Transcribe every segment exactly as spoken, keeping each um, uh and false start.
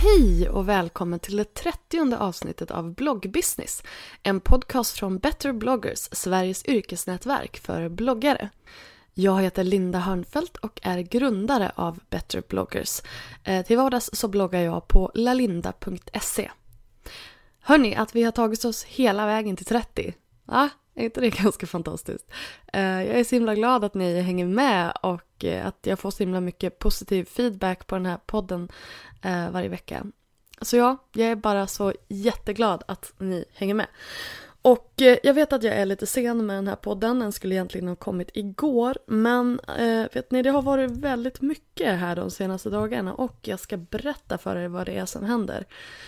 Hej och välkommen till det trettionde avsnittet av Bloggbusiness, en podcast från Better Bloggers, Sveriges yrkesnätverk för bloggare. Jag heter Linda Hörnfeldt och är grundare av Better Bloggers. Eh, till vardags så bloggar jag på lalinda punkt se. Hörrni, att vi har tagit oss hela vägen till trettio. Ja, är inte det ganska fantastiskt? Eh, jag är så himla glad att ni hänger med och eh, att jag får så himla mycket positiv feedback på den här podden eh, varje vecka. Så ja, jag är bara så jätteglad att ni hänger med. Och eh, jag vet att jag är lite sen med den här podden. Den skulle egentligen ha kommit igår. Men eh, vet ni, det har varit väldigt mycket här de senaste dagarna. Och jag ska berätta för er vad det är som händer.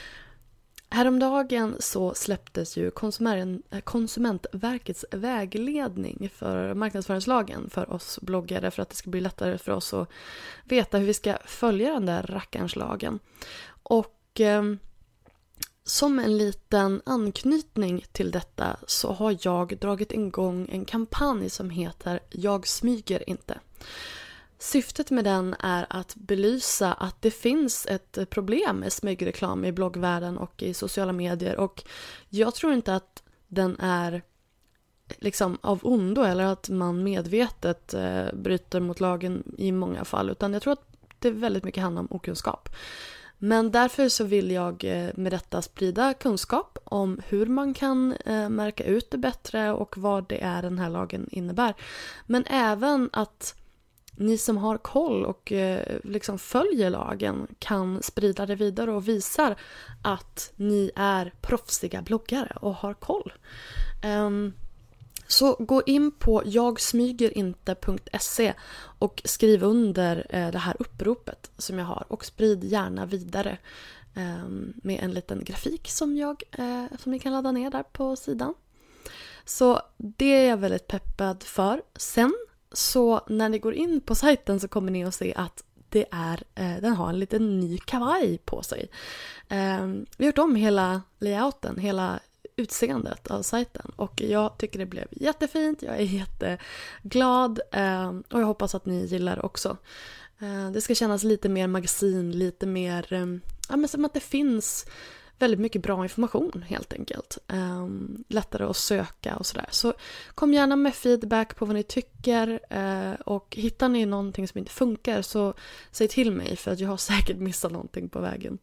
Häromdagen så släpptes ju Konsumentverkets vägledning för marknadsföringslagen för oss bloggare, för att det ska bli lättare för oss att veta hur vi ska följa den där rackarns lagen. Och eh, som en liten anknytning till detta så har jag dragit igång en kampanj som heter Jag smyger inte. Syftet med den är att belysa att det finns ett problem med smygreklam i bloggvärlden och i sociala medier. Och jag tror inte att den är liksom av ondo eller att man medvetet eh, bryter mot lagen i många fall. Utan jag tror att det väldigt mycket handlar om okunskap. Men därför så vill jag eh, med detta sprida kunskap om hur man kan eh, märka ut det bättre och vad det är den här lagen innebär. Men även att ni som har koll och eh, liksom följer lagen kan sprida det vidare och visar att ni är proffsiga bloggare och har koll. Um, så gå in på jag smyger inte punkt se och skriv under eh, det här uppropet som jag har och sprid gärna vidare eh, med en liten grafik som, jag, eh, som ni kan ladda ner där på sidan. Så det är jag väldigt peppad för. Sen så när ni går in på sajten så kommer ni att se att det är, eh, den har en liten ny kavaj på sig. Eh, vi har gjort om hela layouten, hela utseendet av sajten och jag tycker det blev jättefint, jag är jätteglad eh, och jag hoppas att ni gillar det också. Eh, det ska kännas lite mer magasin, lite mer, eh, ja, men som att det finns väldigt mycket bra information helt enkelt. Eh, lättare att söka och sådär. Så kom gärna med feedback på vad ni tycker eh, och hittar ni någonting som inte funkar så säg till mig för att jag har säkert missat någonting på vägen.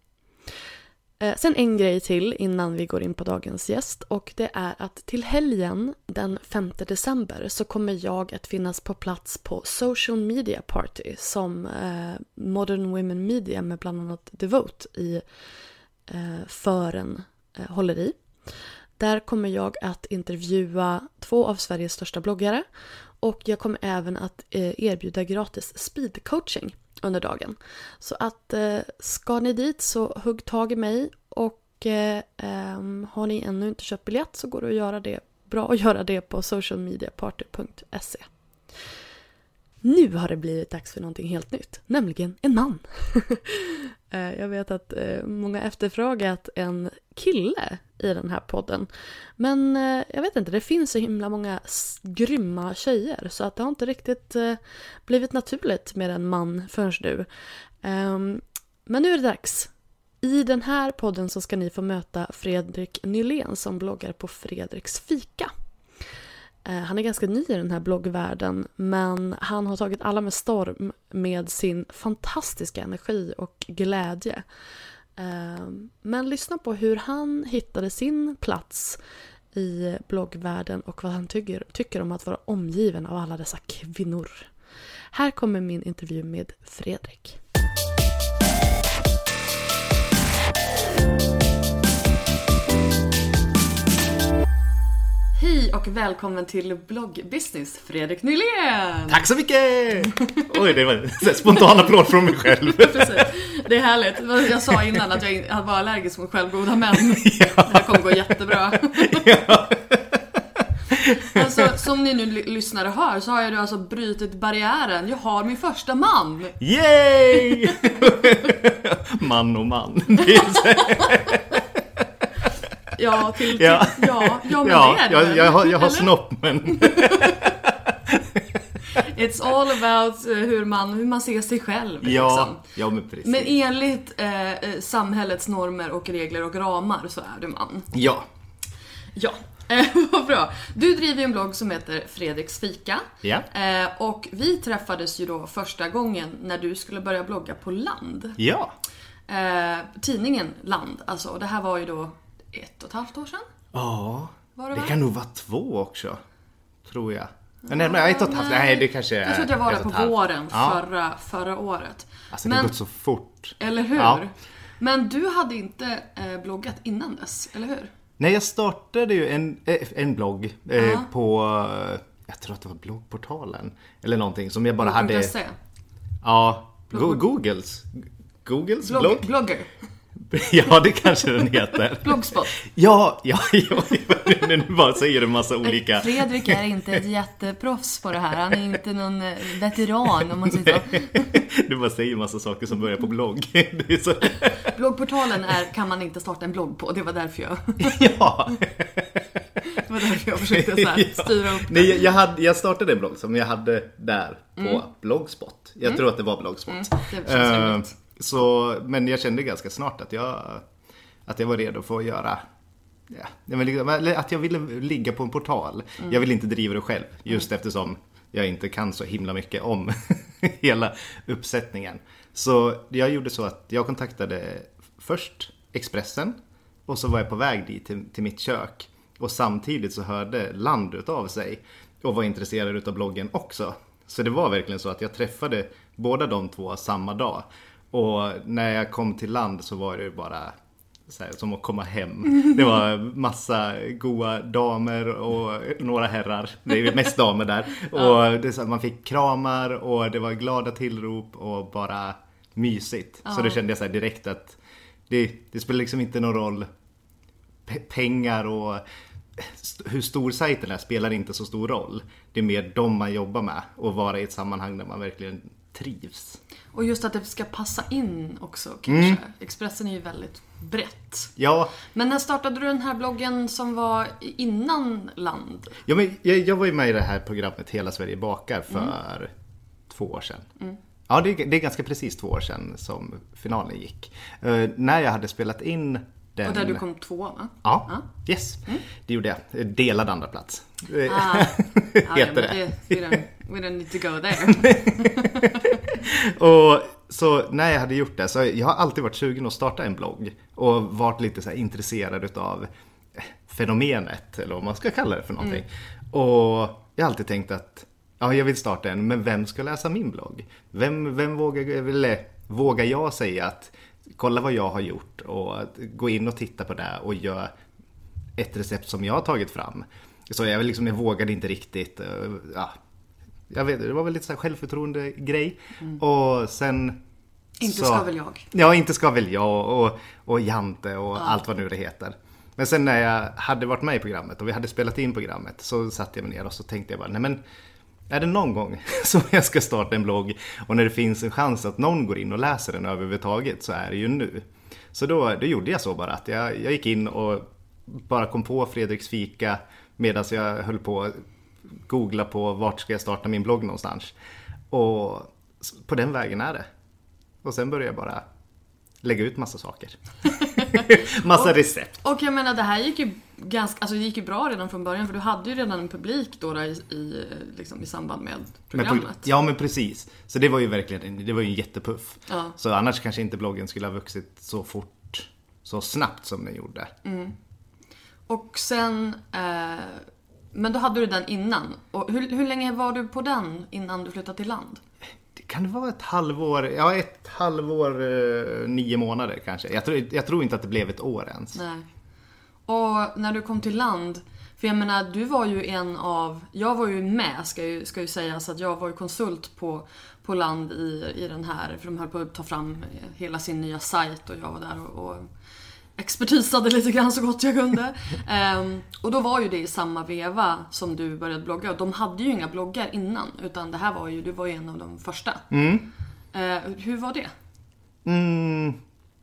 Eh, sen en grej till innan vi går in på dagens gäst och det är att till helgen den femte december så kommer jag att finnas på plats på Social Media Party som eh, Modern Women Media med bland annat Devote i eh, Fören eh, håller i. Där kommer jag att intervjua två av Sveriges största bloggare och jag kommer även att eh, erbjuda gratis speedcoaching under dagen. Så att eh, ska ni dit så hugg tag i mig och eh, um, har ni ännu inte köpt biljett så går det att göra det bra att göra det på social media party punkt se. Nu har det blivit dags för någonting helt nytt, nämligen en man. Jag vet att många efterfrågat en kille i den här podden. Men jag vet inte, det finns så himla många grymma tjejer så att det har inte riktigt blivit naturligt med en man förrän nu. Men nu är det dags. I den här podden så ska ni få möta Fredrik Nylén som bloggar på Fredriks fika. Han är ganska ny i den här bloggvärlden men han har tagit alla med storm med sin fantastiska energi och glädje. Men lyssna på hur han hittade sin plats i bloggvärlden och vad han tycker, tycker om att vara omgiven av alla dessa kvinnor. Här kommer min intervju med Fredrik. Hej och välkommen till Bloggbusiness, Fredrik Nylén! Tack så mycket! Oj, det var en spontan applåd från mig själv. Precis. Det är härligt. Jag sa innan att jag var allergisk mot självgoda män. Ja. Det här kommer gå jättebra. Ja. Alltså, som ni nu lyssnare hör så har jag alltså brutit barriären. Jag har min första man. Yay! Man och man. Ja, till, till, ja. ja, ja, men ja, det är det. Jag, jag har, jag har snopp, men... It's all about uh, hur, man, hur man ser sig själv. Ja, liksom. ja men precis. Men enligt eh, samhällets normer och regler och ramar så är du man. Ja. Ja, eh, vad bra. Du driver ju en blogg som heter Fredriks fika. Ja. Eh, och vi träffades ju då första gången när du skulle börja blogga på Land. Ja. Eh, tidningen Land, alltså. Och det här var ju då ett och ett halvt år sedan. Ja, Var det, det va? kan nog vara två också, tror jag. Men nej, men ett och ett halvt, nej det kanske är... Jag tror att jag var där ett på och ett halvt. våren Ja. förra, förra året. Alltså det har gått så fort. Eller hur? Ja. Men du hade inte eh, bloggat innan dess, eller hur? Nej, jag startade ju en, eh, en blogg eh, Ja. på, eh, jag tror att det var bloggportalen. Eller någonting som jag bara hade... Blogg.se. Ja, Blogg- Go- Googles. Googles Blogg, blogg? Blogger. Ja, det kanske den heter. Blogspot. Ja, ja, ja. Nu bara säger en massa olika... Fredrik är inte ett jätteproffs på det här. Han är inte någon eh, veteran om man säger så. Du bara säger en massa saker som börjar på blogg. Det är så... Bloggportalen är, kan man inte starta en blogg på. Det var därför jag, Ja. det var därför jag försökte så här, styra upp det. Nej, jag, hade, jag startade en blogg som jag hade där på Mm. Blogspot. Jag tror att det var Blogspot. Mm, det känns Eh, rimligt. så, men jag kände ganska snart att jag, att jag var redo för att göra... Ja, jag ville- att jag ville ligga på en portal. Mm. Jag ville inte driva det själv. Just eftersom jag inte kan så himla mycket om hela uppsättningen. Så jag gjorde så att jag kontaktade först Expressen. Och så var jag på väg dit till, till mitt kök. Och samtidigt så hörde Land utav sig. Och var intresserad utav bloggen också. Så det var verkligen så att jag träffade båda de två samma dag. Och när jag kom till Land så var det bara... Så här, som att komma hem. Det var massa goa damer och några herrar. Det är mest damer där. Och det är så att man fick kramar och det var glada tillrop och bara mysigt. Så Ja. då kände jag så här direkt att det, det spelar liksom inte någon roll. P- pengar och st- hur stor sajten är spelar inte så stor roll. Det är mer de man jobbar med och vara i ett sammanhang där man verkligen trivs. Och just att det ska passa in också kanske. Expressen är ju väldigt brett. Ja, Men när startade du den här bloggen som var innan Land? Ja, men jag, jag var ju med i det här programmet Hela Sverige bakar för mm. två år sedan. Mm. Ja, det är, det är ganska precis två år sedan som finalen gick. Uh, när jag hade spelat in den... Och där du kom två, va? Ja, ja. yes. Mm. Det gjorde jag. Delad andra plats. Ah. Heter ja, det. det we, don't, we don't need to go there. Och så när jag hade gjort det, så jag har alltid varit sugen att starta en blogg. Och varit lite så här intresserad utav fenomenet, eller vad man ska kalla det för någonting. Mm. Och jag har alltid tänkt att ja, jag vill starta en, men vem ska läsa min blogg? Vem, vem vågar, eller, vågar jag säga att kolla vad jag har gjort och att gå in och titta på det och göra ett recept som jag har tagit fram. Så jag, liksom, jag vågade inte riktigt. Ja, jag vet, det var väl lite så här självförtroende grej. Mm. Och sen... Inte så, ska väl jag. Ja, inte ska väl jag och, och Jante och ja. allt vad nu det heter. Men sen när jag hade varit med i programmet och vi hade spelat in programmet så satt jag mig ner och så tänkte jag bara, nej men är det någon gång som jag ska starta en blogg och när det finns en chans att någon går in och läser den överhuvudtaget så är det ju nu. Så då, då gjorde jag så bara att jag, jag gick in och bara kom på Fredriks fika medan jag höll på att googla på vart ska jag starta min blogg någonstans. Och på den vägen är det. Och sen började jag bara lägga ut massa saker. massa och, recept. Och jag menar, det här gick ju ganska, alltså det gick ju bra redan från början, för du hade ju redan en publik då där i, i, liksom i samband med programmet. Men, ja, men precis. Så det var ju verkligen, det var ju en jättepuff. Ja. Så annars kanske inte bloggen skulle ha vuxit så fort, så snabbt som den gjorde. Mm. Och sen, eh, men då hade du den innan. Och hur, hur länge var du på den innan du flyttade till Land? Det kan vara ett halvår, ja ett halvår, eh, nio månader kanske. Jag tror, jag tror inte att det blev ett år ens. Nej. Och när du kom till Land, för jag menar, du var ju en av, jag var ju med ska ju, ska ju säga, så att jag var ju konsult på, på Land i, i den här, för de höll på att ta fram hela sin nya sajt och jag var där och, och expertisade lite grann så gott jag kunde. um, och då var ju det i samma veva som du började blogga. Och de hade ju inga bloggar innan, utan det här var ju, du var ju en av de första. Mm. Uh, hur var det? Mm.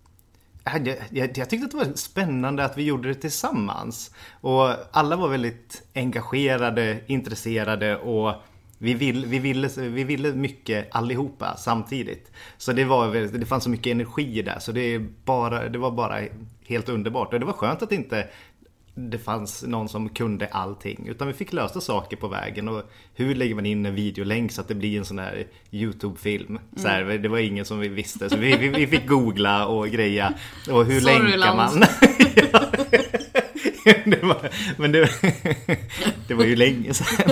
Jag, jag, jag tyckte att det var spännande att vi gjorde det tillsammans. Och alla var väldigt engagerade, intresserade och Vi ville, vi, ville, vi ville mycket allihopa samtidigt. Så det, var, det fanns så mycket energi där. Så det, bara, det var bara helt underbart. Och det var skönt att inte det fanns någon som kunde allting. Utan vi fick lösa saker på vägen. Och hur lägger man in en videolänk så att det blir en sån här YouTube-film? Så här, det var ingen som vi visste. Så vi, vi, vi fick googla och greja. Och hur Sorry, länkar man? Ja. Det var, men det, det var ju länge sedan.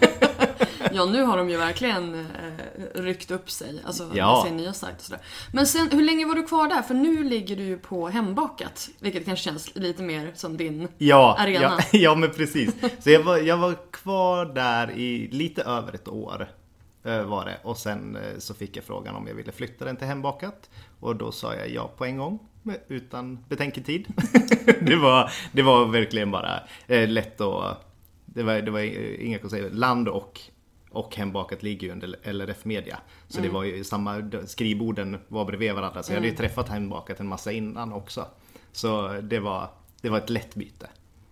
Ja, nu har de ju verkligen eh, ryckt upp sig. Alltså, ja. sin nya sajt och sådär. Men sen, hur länge var du kvar där? För nu ligger du ju på Hembakat. Vilket kanske känns lite mer som din ja, arena. Ja, ja, men precis. Så jag var, jag var kvar där i lite över ett år. Var det. Och sen så fick jag frågan om jag ville flytta den till Hembakat. Och då sa jag ja på en gång. Utan betänketid. det, var, det var verkligen bara eh, lätt och det var, det var inga konstigt. Land och, och Hembakat ligger ju under L R F Media. Så mm. det var ju samma, skrivborden var bredvid varandra. Så mm. jag hade ju träffat Hembakat en massa innan också. Så det var, det var ett lätt byte.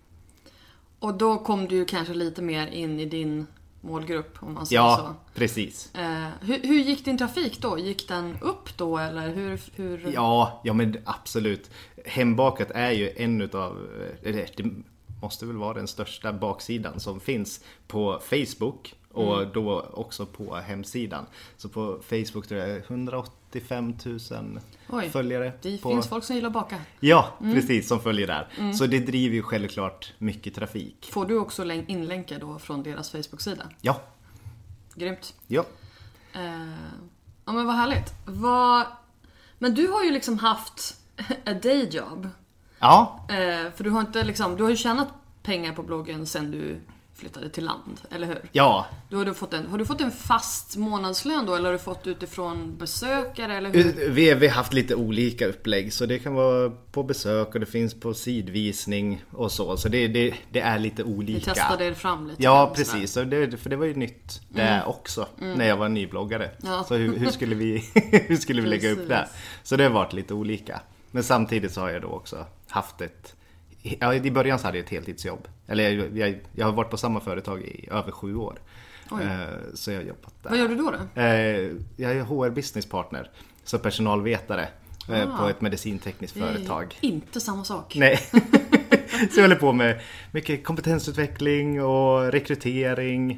Och då kom du ju kanske lite mer in i din målgrupp, om man säger ja, så. Ja, precis. Eh, hur, hur gick din trafik då? Gick den upp då eller hur? hur... Ja, ja men absolut. Hembakat är ju en utav, det måste väl vara den största baksidan som finns på Facebook och mm. då också på hemsidan. Så på Facebook tror jag hundraåttiofem tusen Oj, följare. Det på... finns folk som gillar att baka. Ja, mm. precis, som följer där. Mm. Så det driver ju självklart mycket trafik. Får du också inlänkar då från deras Facebook-sida? Ja. Grymt. Ja. Uh, ja men vad härligt. Vad... Men du har ju liksom haft a day job. Ja. Uh, för du har inte liksom, du har ju tjänat pengar på bloggen sen du flyttade till land, eller hur? Ja. Då har, du fått en, har du fått en fast månadslön då, eller har du fått utifrån besökare, eller hur? Vi, vi har haft lite olika upplägg, så det kan vara på besök och det finns på sidvisning och så. Så det, det, det är lite olika. Vi testade er fram lite. Ja, precis. Så det, för det var ju nytt det mm. också, mm. när jag var nybloggare. Ja. Så hur, hur skulle vi, hur skulle vi lägga upp det? Så det har varit lite olika. Men samtidigt så har jag då också haft ett... Ja, i början så hade jag ett heltidsjobb. Eller jag, jag, jag har varit på samma företag i över sju år. Eh, så jag har jobbat där. Vad gör du då då? Eh, jag är H R business partner. Så personalvetare eh, ah, på ett medicintekniskt företag. Inte samma sak. Nej. Så jag håller på med mycket kompetensutveckling och rekrytering.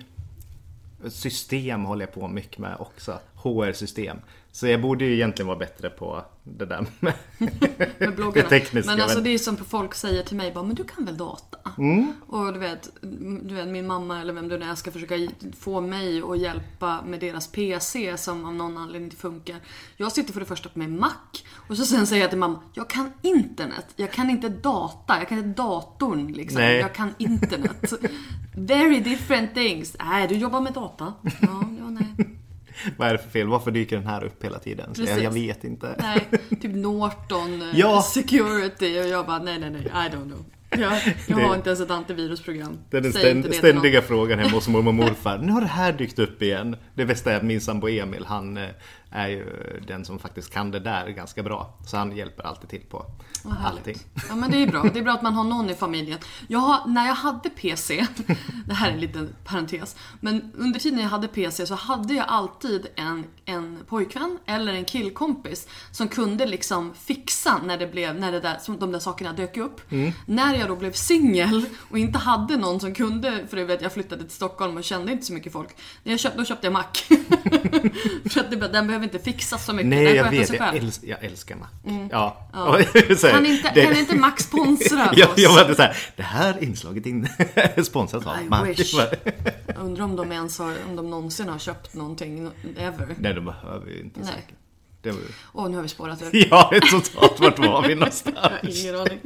System håller jag på mycket med också. H R-system. Så jag borde ju egentligen vara bättre på det där med, med bloggarna. Det tekniska. Men alltså det är som folk säger till mig bara, men du kan väl data? Mm. Och du vet, du vet, min mamma eller vem du är ska försöka få mig att hjälpa med deras P C som av någon anledning inte funkar. Jag sitter för det första med Mac och så sen säger jag till mamma, jag kan internet. Jag kan inte data, jag kan inte datorn liksom. Nej. Jag kan internet. Very different things. Nej, du jobbar med data. Ja, ja, nej. Vad är det för fel? Varför dyker den här upp hela tiden? Så jag, jag vet inte. Nej, typ Norton ja. Security. Och jag bara, nej, nej, nej, I don't know. Jag, jag har det, inte ens ett antivirusprogram. Det är den ständ, ständiga frågan hemma hos mormor och morfar. Nu har det här dykt upp igen. Det bästa är att min sambo Emil, han är ju den som faktiskt kan det där ganska bra. Så han hjälper alltid till på allting. Ja, men det är bra. Det är bra att man har någon i familjen. Jag har, när jag hade P C, det här är en liten parentes, men under tiden jag hade P C så hade jag alltid en, en pojkvän eller en killkompis som kunde liksom fixa när det blev, när det där, som de där sakerna dök upp. Mm. När jag då blev singel och inte hade någon som kunde, för jag vet jag flyttade till Stockholm och kände inte så mycket folk. När jag köpte, då köpte jag Mac. För att det, den behöver inte fixas så mycket. Nej, den jag vet, jag, äls- jag älskar Mac. Mm. Ja. Ja. Kan, inte, det... kan inte Mac sponsra oss? jag, jag var så här, det här inslaget in sponsras av I Mac. Wish. Jag undrar om de ens har, om de någonsin har köpt någonting ever. Nej, de behöver ju inte. Nej. Åh, var... oh, nu har vi spårat ut. Ja, totalt. Vart var vi någonstans? Jag har ingen aning.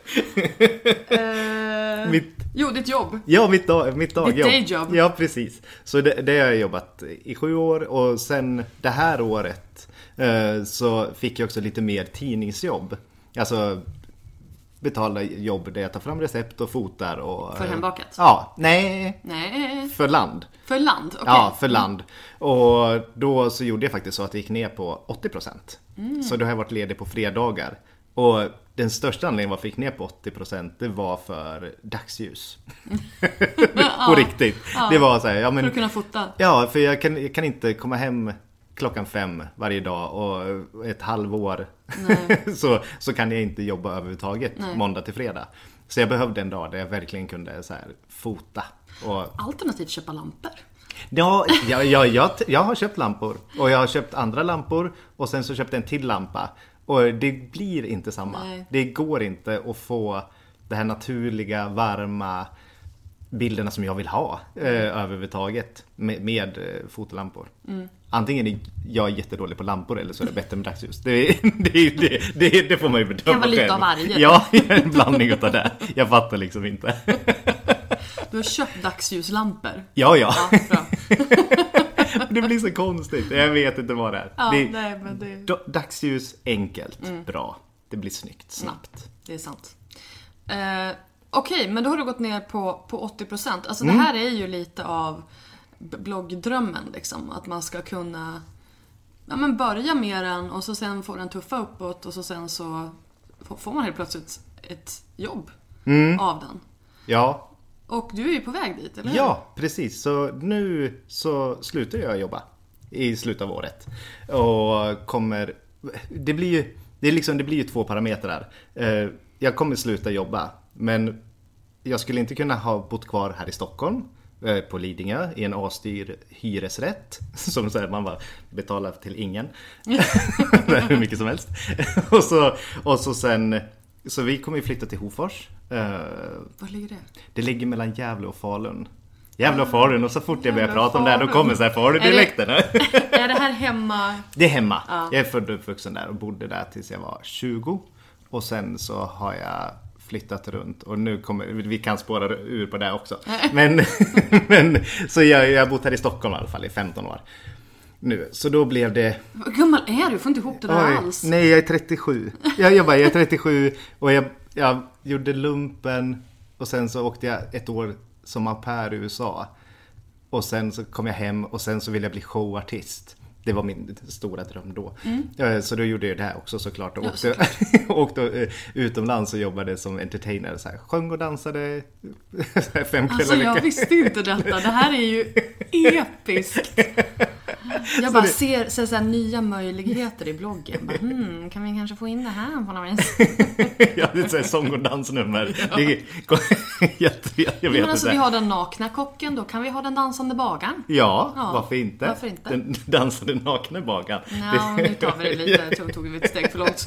uh, mitt... Jo, ditt jobb. Ja, mitt, dag, mitt dagjobb. Ditt dayjobb. Ja, precis. Så det, det har jag jobbat i sju år. Och sen det här året uh, så fick jag också lite mer tidningsjobb. Alltså betala jobb där jag tar fram recept och fotar. Och, för Hembakat? Ja, nej. Nej. För land. För land, okej. Okay. Ja, för land. Och då så gjorde jag faktiskt så att det gick ner på åttio procent. Mm. Så då har jag varit ledig på fredagar. Och den största anledningen varför jag fick ner på åttio procent, det var för dagsljus. Ja, på riktigt. Ja. Det var så här, ja, men, för att kunna fota. Ja, för jag kan, jag kan inte komma hem klockan fem varje dag och ett halvår så, så kan jag inte jobba överhuvudtaget. Nej. Måndag till fredag. Så jag behövde en dag där jag verkligen kunde så här, fota. Och... Alternativt köpa lampor. Ja, jag, jag, jag, jag har köpt lampor. Och jag har köpt andra lampor. Och sen så köpte jag en till lampa. Och det blir inte samma. Nej. Det går inte att få det här naturliga, varma bilderna som jag vill ha eh, överhuvudtaget med, med eh, fotolampor. Mm. Antingen är jag jättedålig på lampor eller så är det bättre med dagsljus. Det, det, det, det, det får man ju bedöma. Det kan vara lite själv. Av varje. Ja, en blandning av det. Jag fattar liksom inte. Du har köpt dagsljuslampor. Ja, ja. ja bra. Det blir så konstigt. Jag vet inte vad det är. Ja, det, nej, men det... Dagsljus, enkelt, mm. bra. Det blir snyggt, snabbt. Mm, det är sant. Eh, Okej, okay, men då har du gått ner på, på åttio procent. Alltså mm. det här är ju lite av bloggdrömmen liksom. Att man ska kunna ja, men börja med den och så sen får den tuffa uppåt. Och så sen så får man helt plötsligt ett jobb mm. av den. Ja. Och du är ju på väg dit, eller hur? Ja, precis. Så nu så slutar jag jobba i slutet av året. Och kommer... Det blir ju, det är liksom, det blir ju två parametrar. Jag kommer sluta jobba. Men jag skulle inte kunna ha bott kvar här i Stockholm. På Lidingö i en asdyr hyresrätt. Som så här, man bara betalar till ingen. Hur mycket som helst. och, så, och så sen... Så vi kommer ju flytta till Hofors. Var ligger det? Det ligger mellan Gävle och Falun. Gävle och Falun. Och så fort jag börjar prata om det här, då kommer så här Falun-dialekten. Är, är det här hemma? Det är hemma. Ja. Jag är född och uppvuxen där och bodde där tills jag var tjugo. Och sen så har jag flyttat runt. Och nu kommer, vi kan spåra ur på det också. men, men så jag, jag har bott här i Stockholm i alla fall i femton år. Nu. Så då blev det... Vad gammal är du? Får inte ihop det där Oj, alls. Nej, jag är trettiosju. Jag jobbar, jag är trettiosju och jag, jag gjorde lumpen och sen så åkte jag ett år som au pair i U S A. Och sen så kom jag hem och sen så ville jag bli showartist. Det var min stora dröm då. Mm. Så då gjorde jag det här också såklart. Och åkte, ja, såklart. åkte utomlands och jobbade som entertainer. Så här, sjöng och dansade fem kvällar. Alltså jag visste inte detta. Det här är ju episkt. Jag bara det... ser, ser så här nya möjligheter i bloggen. Bara, hmm, kan vi kanske få in det här på något vis? Ja, det är så här sång- och dansnummer. Ja. Det, jag, jag vet Men alltså, vi har den nakna kocken, då kan vi ha den dansande bagaren. Ja, ja. Varför inte? Varför inte? Den dansande nakna bagaren. Ja, nu tar vi det lite. Jag tror tog vi ett steg för långt.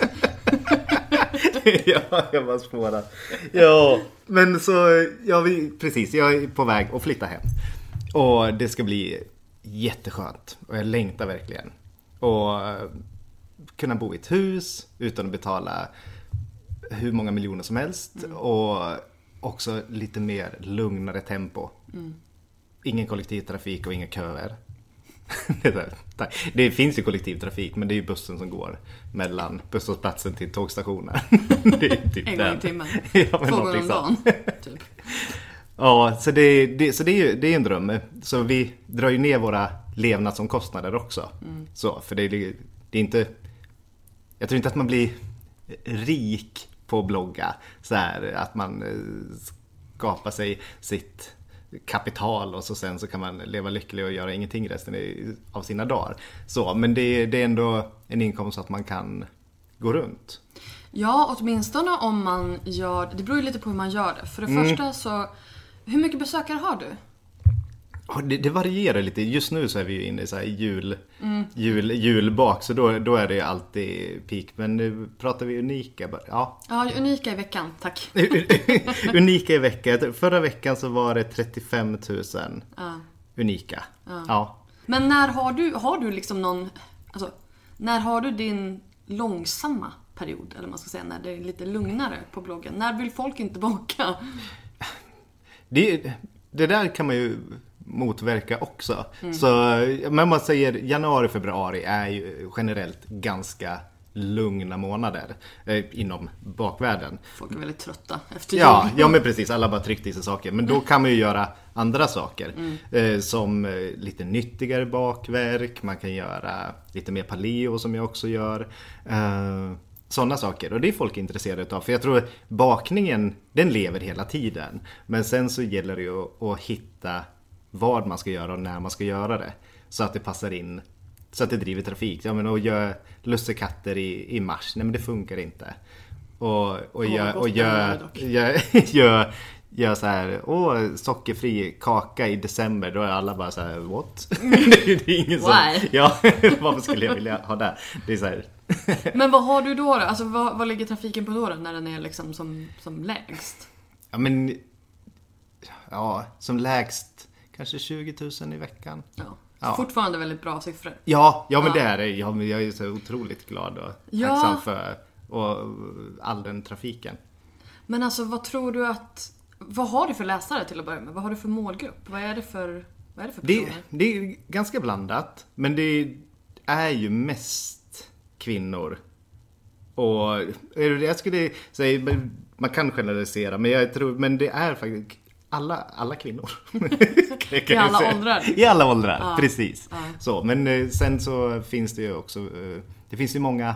Ja, jag bara spårar. Ja, men så, ja, vi, precis, jag är på väg att flytta hem. Och det ska bli jätteskönt. Och jag längtar verkligen. Och kunna bo i ett hus utan att betala hur många miljoner som helst. Mm. Och också lite mer lugnare tempo. Mm. Ingen kollektivtrafik och inga köer. Det finns ju kollektivtrafik, men det är ju bussen som går mellan busshållplatsen till tågstationen. Det är typ en gång i timmen. Ja, men två gånger om dagen. Typ. Ja, så, det, det, så det, är ju, det är en dröm. Så vi drar ju ner våra levnadsomkostnader också. Mm. Så, för det, det, det är inte... Jag tror inte att man blir rik på att blogga. Så här, att man skapar sig sitt kapital och så sen så kan man leva lycklig och göra ingenting resten av sina dagar. Så, men det, det är ändå en inkomst så att man kan gå runt. Ja, åtminstone om man gör... Det beror ju lite på hur man gör det. För det mm. första så... Hur mycket besökare har du? Det, det varierar lite. Just nu så är vi ju inne i så här jul, mm. jul, julbak. Så då, då är det alltid peak. Men nu pratar vi unika. Ja, ja unika i veckan, tack. Unika i veckan. Förra veckan så var det trettiofem tusen ja. Unika. Ja. Ja. Men när har du, har du liksom någon... Alltså, när har du din långsamma period? Eller man ska säga när det är lite lugnare på bloggen. När vill folk inte baka? Det, det där kan man ju motverka också. Mm. Så, men man säger januari, februari är ju generellt ganska lugna månader eh, inom bakvärlden. Folk är väldigt trötta efter ja, ja, men precis. Alla bara tryckte i sig saker. Men då kan man ju göra andra saker. Mm. Eh, som eh, lite nyttigare bakverk. Man kan göra lite mer paleo som jag också gör. Eh, sådana saker. Och det är folk intresserade av. För jag tror bakningen, den lever hela tiden. Men sen så gäller det ju att, att hitta vad man ska göra och när man ska göra det. Så att det passar in. Så att det driver trafik. Ja, men att göra lussekatter i, i mars. Nej, men det funkar inte. Och, och gör, och gör, gör, gör, gör så här, åh, sockerfri kaka i december. Då är alla bara så här, what? det, är, det är ingen som, ja, varför skulle jag vilja ha det? Det är så här. Men vad har du då? då? Alltså vad, vad ligger trafiken på då, då när den är liksom som, som lägst? Ja, men ja, som lägst kanske tjugo tusen i veckan. Ja. Ja. Fortfarande väldigt bra siffror. Ja, ja men ja. det är det. Ja, jag är så otroligt glad och ja. tacksam för och all den trafiken. Men alltså, vad tror du att... Vad har du för läsare till att börja med? Vad har du för målgrupp? Vad är det för, vad är det för personer? Det, det är ganska blandat. Men det är ju mest kvinnor. Och jag skulle säga... Man kan generalisera, men jag tror... Men det är faktiskt... Alla, alla kvinnor. I alla åldrar. I alla åldrar, ja. precis. Ja. Så, men sen så finns det ju också... Det finns ju många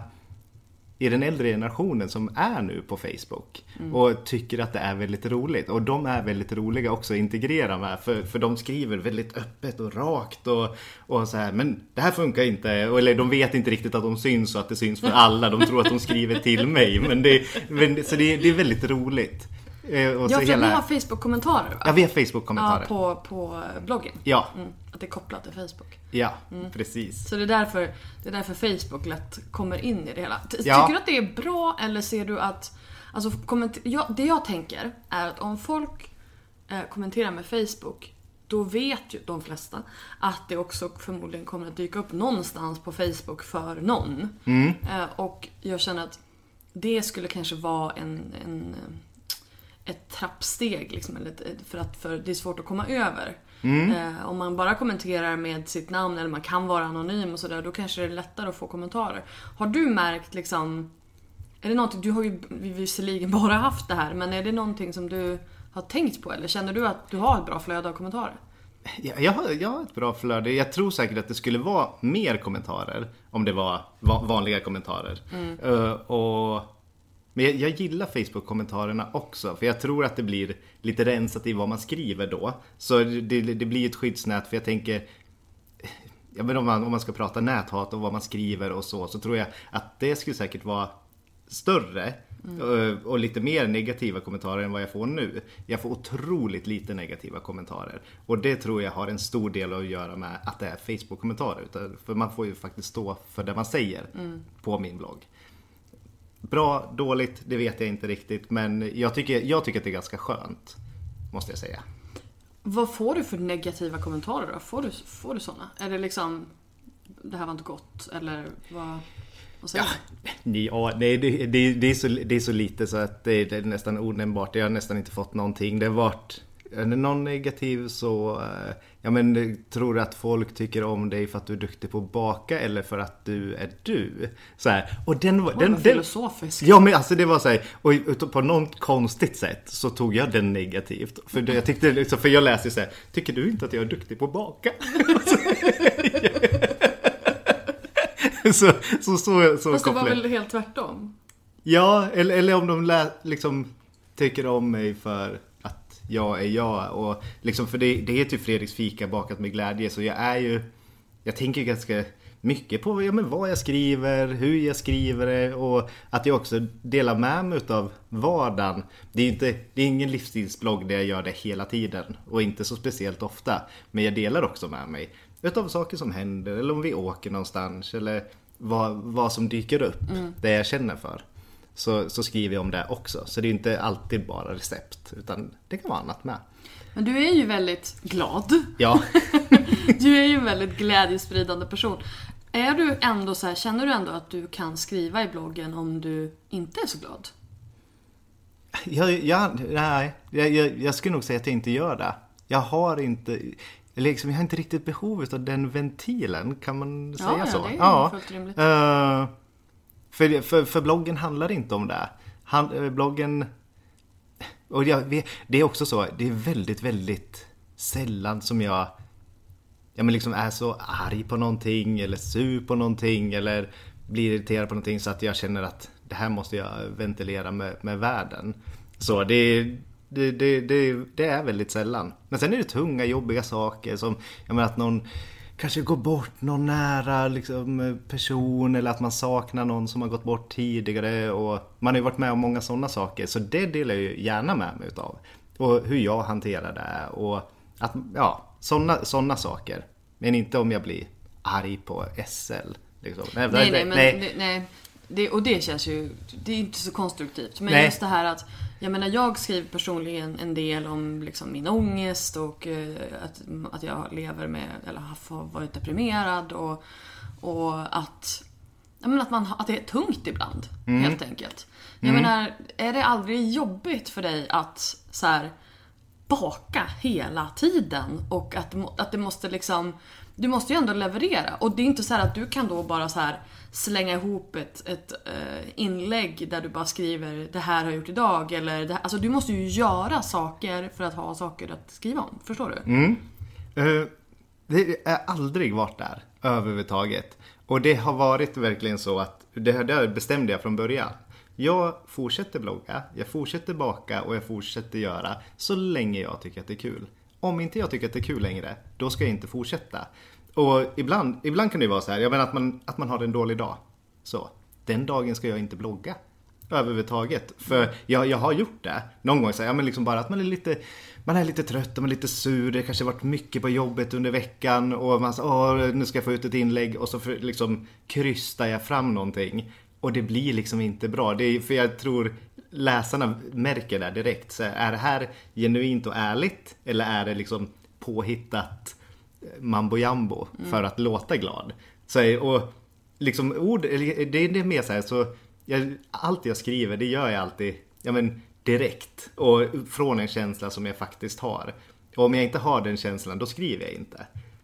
i den äldre generationen som är nu på Facebook. Mm. Och tycker att det är väldigt roligt. Och de är väldigt roliga också att integrera med. För, för de skriver väldigt öppet och rakt. Och, och så här, men det här funkar inte. Eller de vet inte riktigt att de syns och att det syns för alla. De tror att de skriver till mig. Men det, men, så det, det är väldigt roligt. Och ja, så för hela... vi har Facebook-kommentarer, va? Ja, vi har Facebook-kommentarer. Ja, på, på bloggen. Ja. Mm, att det är kopplat till Facebook. Ja, mm. precis. Så det är, därför, det är därför Facebook lätt kommer in i det hela. Ty- ja. Tycker du att det är bra, eller ser du att... Alltså, kommenter- ja, det jag tänker är att om folk eh, kommenterar med Facebook, då vet ju de flesta att det också förmodligen kommer att dyka upp någonstans på Facebook för någon. Mm. Eh, och jag känner att det skulle kanske vara en... en ett trappsteg liksom, eller ett, för att för det är svårt att komma över. Mm. Eh, om man bara kommenterar med sitt namn eller man kan vara anonym och sådär, då kanske det är lättare att få kommentarer. Har du märkt liksom, är det någonting, du har ju visserligen bara haft det här, men är det någonting som du har tänkt på, eller känner du att du har ett bra flöde av kommentarer? Ja, jag, har, jag har ett bra flöde. Jag tror säkert att det skulle vara mer kommentarer om det var va- vanliga kommentarer. Mm. Uh, och Men jag, jag gillar Facebook-kommentarerna också. För jag tror att det blir lite rensat i vad man skriver då. Så det, det blir ett skyddsnät. För jag tänker, jag vet, om, man, om man ska prata näthat och vad man skriver och så. Så tror jag att det skulle säkert vara större. Mm. Och, och lite mer negativa kommentarer än vad jag får nu. Jag får otroligt lite negativa kommentarer. Och det tror jag har en stor del att göra med att det är Facebook-kommentarer. För man får ju faktiskt stå för det man säger mm. på min blogg. Bra, dåligt, det vet jag inte riktigt. Men jag tycker, jag tycker att det är ganska skönt, måste jag säga. Vad får du för negativa kommentarer då? Får du, får du sådana? Är det liksom, det här var inte gott? Eller vad, vad säger ja, du? Ja, nej, det, det, det, är så, det är så lite så att det är, det är nästan onämnbart. Jag har nästan inte fått någonting. Det har varit, är det någon negativ så... Ja, men tror du att folk tycker om dig för att du är duktig på att baka eller för att du är du? Så här. Och den var... Oh, den, den filosofisk. Ja, men alltså det var så här... Och på något konstigt sätt så tog jag den negativt. För jag tyckte liksom... För jag läste så här... Tycker du inte att jag är duktig på att baka? så, så, så, så, så Fast det var väl helt tvärtom? Ja, eller, eller om de lä, liksom tycker om mig för... jag är jag och liksom, för det, det heter ju Fredriks fika bakat med glädje, så jag är ju, jag tänker ganska mycket på ja, men vad jag skriver, hur jag skriver det, och att jag också delar med mig av vardagen. Det är inte, det är ingen livsstilsblogg där jag gör det hela tiden och inte så speciellt ofta, men jag delar också med mig utav saker som händer, eller om vi åker någonstans, eller vad, vad som dyker upp, mm. det jag känner för. Så, så skriver jag om det också. Så det är inte alltid bara recept, utan det kan vara annat med. Men du är ju väldigt glad. Ja. Du är ju en väldigt glädjespridande person. Är du ändå så här, känner du ändå att du kan skriva i bloggen om du inte är så glad? Jag, jag, nej, jag, jag, jag skulle nog säga att jag inte gör det. Jag har inte... Liksom, jag har inte riktigt behov av den ventilen, kan man säga ja, så? Ja, det är ja. fullt rimligt. Uh, För, för, för bloggen handlar inte om det. Han, bloggen... Och jag, det är också så, det är väldigt, väldigt sällan som jag, jag men liksom är så arg på någonting, eller sur på någonting, eller blir irriterad på någonting så att jag känner att det här måste jag ventilera med, med världen. Så det, det, det, det, det är väldigt sällan. Men sen är det tunga, jobbiga saker som, jag menar att någon kanske går bort någon nära liksom, person, eller att man saknar någon som har gått bort tidigare, och man har ju varit med om många sådana saker, så det delar jag ju gärna med mig utav. Och hur jag hanterar det, och att, ja, sådana såna saker. Men inte om jag blir arg på S L liksom. Nej, nej, nej, men, nej. nej. Det, och det känns ju, det är inte så konstruktivt. Men nej. Just det här att, jag menar, jag skriver personligen en del om liksom min ångest och eh, att, att jag lever med, eller har varit deprimerad, och, och att, jag menar, att, man, att det är tungt ibland, mm. helt enkelt. Jag mm. menar, är det aldrig jobbigt för dig att så här, baka hela tiden, och att, att det måste liksom, du måste ju ändå leverera, och det är inte så här att du kan då bara så här slänga ihop ett, ett uh, inlägg där du bara skriver det här har jag gjort idag, eller det här. Alltså du måste ju göra saker för att ha saker att skriva om, förstår du? Mm. Uh, det har aldrig varit där överhuvudtaget, och det har varit verkligen så att det, det bestämde jag från början. Jag fortsätter blogga, jag fortsätter baka och jag fortsätter göra så länge jag tycker att det är kul. Om inte jag tycker att det är kul längre, då ska jag inte fortsätta. Och ibland, ibland kan det vara så här, jag menar att man, att man har en dålig dag. Så, den dagen ska jag inte blogga överhuvudtaget. För jag, jag har gjort det någon gång, så här, ja, men liksom bara att man är lite, man är lite trött och man är lite sur. Det kanske har varit mycket på jobbet under veckan, och man säger, åh, nu ska jag få ut ett inlägg, och så för, liksom krystar jag fram någonting. Och det blir liksom inte bra. Det är, för jag tror läsarna märker det direkt. Så är det här genuint och ärligt, eller är det liksom påhittat mambo jambo för mm. att låta glad? Så, och liksom ord, det är det mer så här, så jag, allt jag skriver, det gör jag alltid, ja, men direkt, och från en känsla som jag faktiskt har. Och om jag inte har den känslan, då skriver jag inte.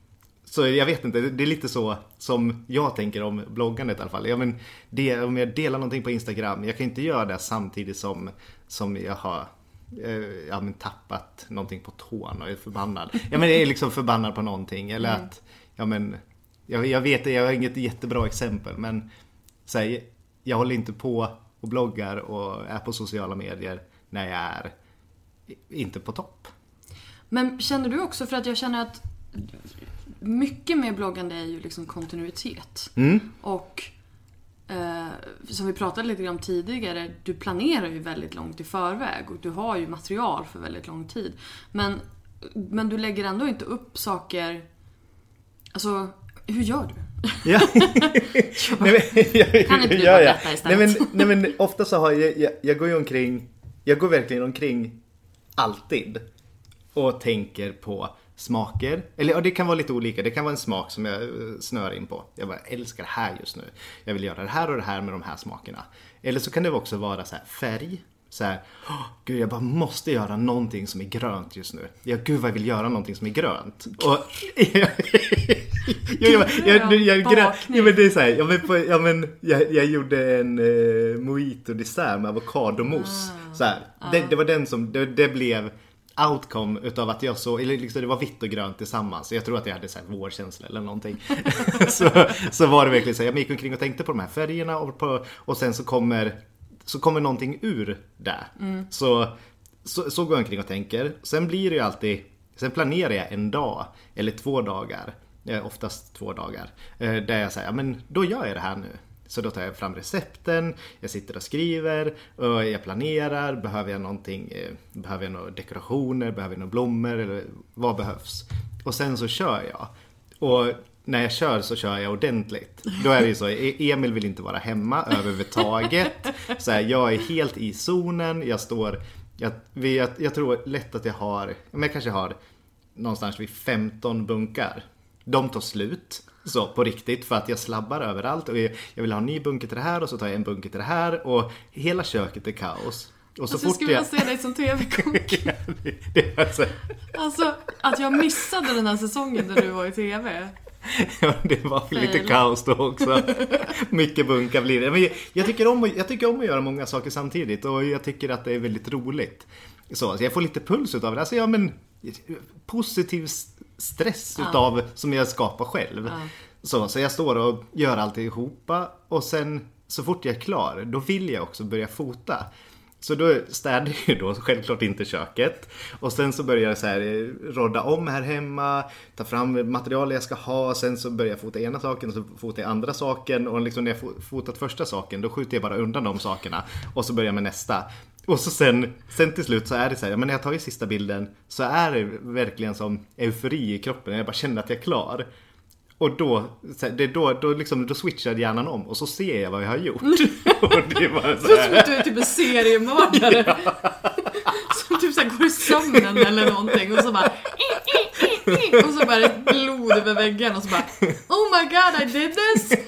Så jag vet inte, det är lite så som jag tänker om bloggandet i alla fall. Ja, men det, om jag delar någonting på Instagram, jag kan inte göra det samtidigt som, som jag har eh, ja, men tappat någonting på tån och är förbannad. Ja, men jag är liksom förbannad på någonting. Eller mm. att, ja men, jag, jag vet, jag har inget jättebra exempel, men så här, jag håller inte på och bloggar och är på sociala medier när jag är inte på topp. Men känner du också, för att jag känner att mycket med bloggande är ju liksom kontinuitet. Mm. Och eh, som vi pratade lite om tidigare, du planerar ju väldigt långt i förväg, och du har ju material för väldigt lång tid. Men, men du lägger ändå inte upp saker. Alltså, hur gör du? Ja. nej, men, jag, kan inte du ja, bara ja. berätta istället? Nej men, nej, men ofta så har jag, jag, jag går ju omkring, jag går verkligen omkring alltid och tänker på smaker. Eller ja, det kan vara lite olika. Det kan vara en smak som jag snör in på. Jag bara älskar det här just nu. Jag vill göra det här och det här med de här smakerna. Eller så kan det också vara så här färg. Så här, oh, gud, jag bara måste göra någonting som är grönt just nu. Ja, gud vad jag vill göra någonting som är grönt. Och jag, jag, jag, jag, grön, ja, men det är så här, jag, men, på, ja, men, jag, jag gjorde en eh, mojito dessert med avokadomousse. Ah, så här, ah. det, det var den som, det, det blev outcome utav att jag så, eller liksom det var vitt och grönt tillsammans. Jag tror att jag hade så här vårkänsla eller någonting. så, så var det verkligen så här, jag gick omkring och tänkte på de här färgerna, och, på, och sen så kommer så kommer någonting ur det. Mm. Så, så, så går jag omkring och tänker. Sen blir det ju alltid, sen planerar jag en dag eller två dagar, oftast två dagar, där jag säger, ja men då gör jag det här nu. Så då tar jag fram recepten, jag sitter och skriver, och jag planerar, behöver jag någonting, behöver jag några dekorationer, behöver jag några blommor, eller vad behövs. Och sen så kör jag. Och när jag kör så kör jag ordentligt. Då är det ju så, Emil vill inte vara hemma överhuvudtaget. Så här, jag är helt i zonen, jag står, jag, jag, jag tror lätt att jag har, men jag kanske har någonstans vid femton bunkar. De tar slut. Så på riktigt, för att jag slabbar överallt, och jag vill ha en ny bunker till det här, och så tar jag en bunker till det här, och hela köket är kaos. Och så alltså, fort jag skulle vilja se dig som tv-kock. det, det alltså... alltså, att jag missade den här säsongen där du var i tv. Ja, det var Fail. Lite kaos då också. Mycket bunkar blir det. Men jag, jag, tycker om, jag tycker om att göra många saker samtidigt, och jag tycker att det är väldigt roligt. Så, så jag får lite puls utav det. Alltså, ja, men positiv stress utav, ja, som jag skapar själv. Ja. Så, så jag står och gör allt ihopa, och sen så fort jag är klar, då vill jag också börja fota. Så då städade jag då självklart inte köket. Och sen så börjar jag så här rodda om här hemma, ta fram material jag ska ha. Sen så börjar jag fota ena saken och så fotar jag andra saken. Och liksom när jag fotat första saken, då skjuter jag bara undan de sakerna. Och så börjar jag med nästa. Och så sen, sen till slut så är det så här, men när jag tagit sista bilden så är det verkligen som eufori i kroppen. Jag bara känner att jag är klar. Och då, det är då, då, liksom, då switchar hjärnan om och så ser jag vad jag har gjort. Och det var så här. Som du är typ en seriemördare. Ja. Som typ så här går i sömnen eller någonting och så bara och så bara ett blod över väggen och så bara oh my god, I did this.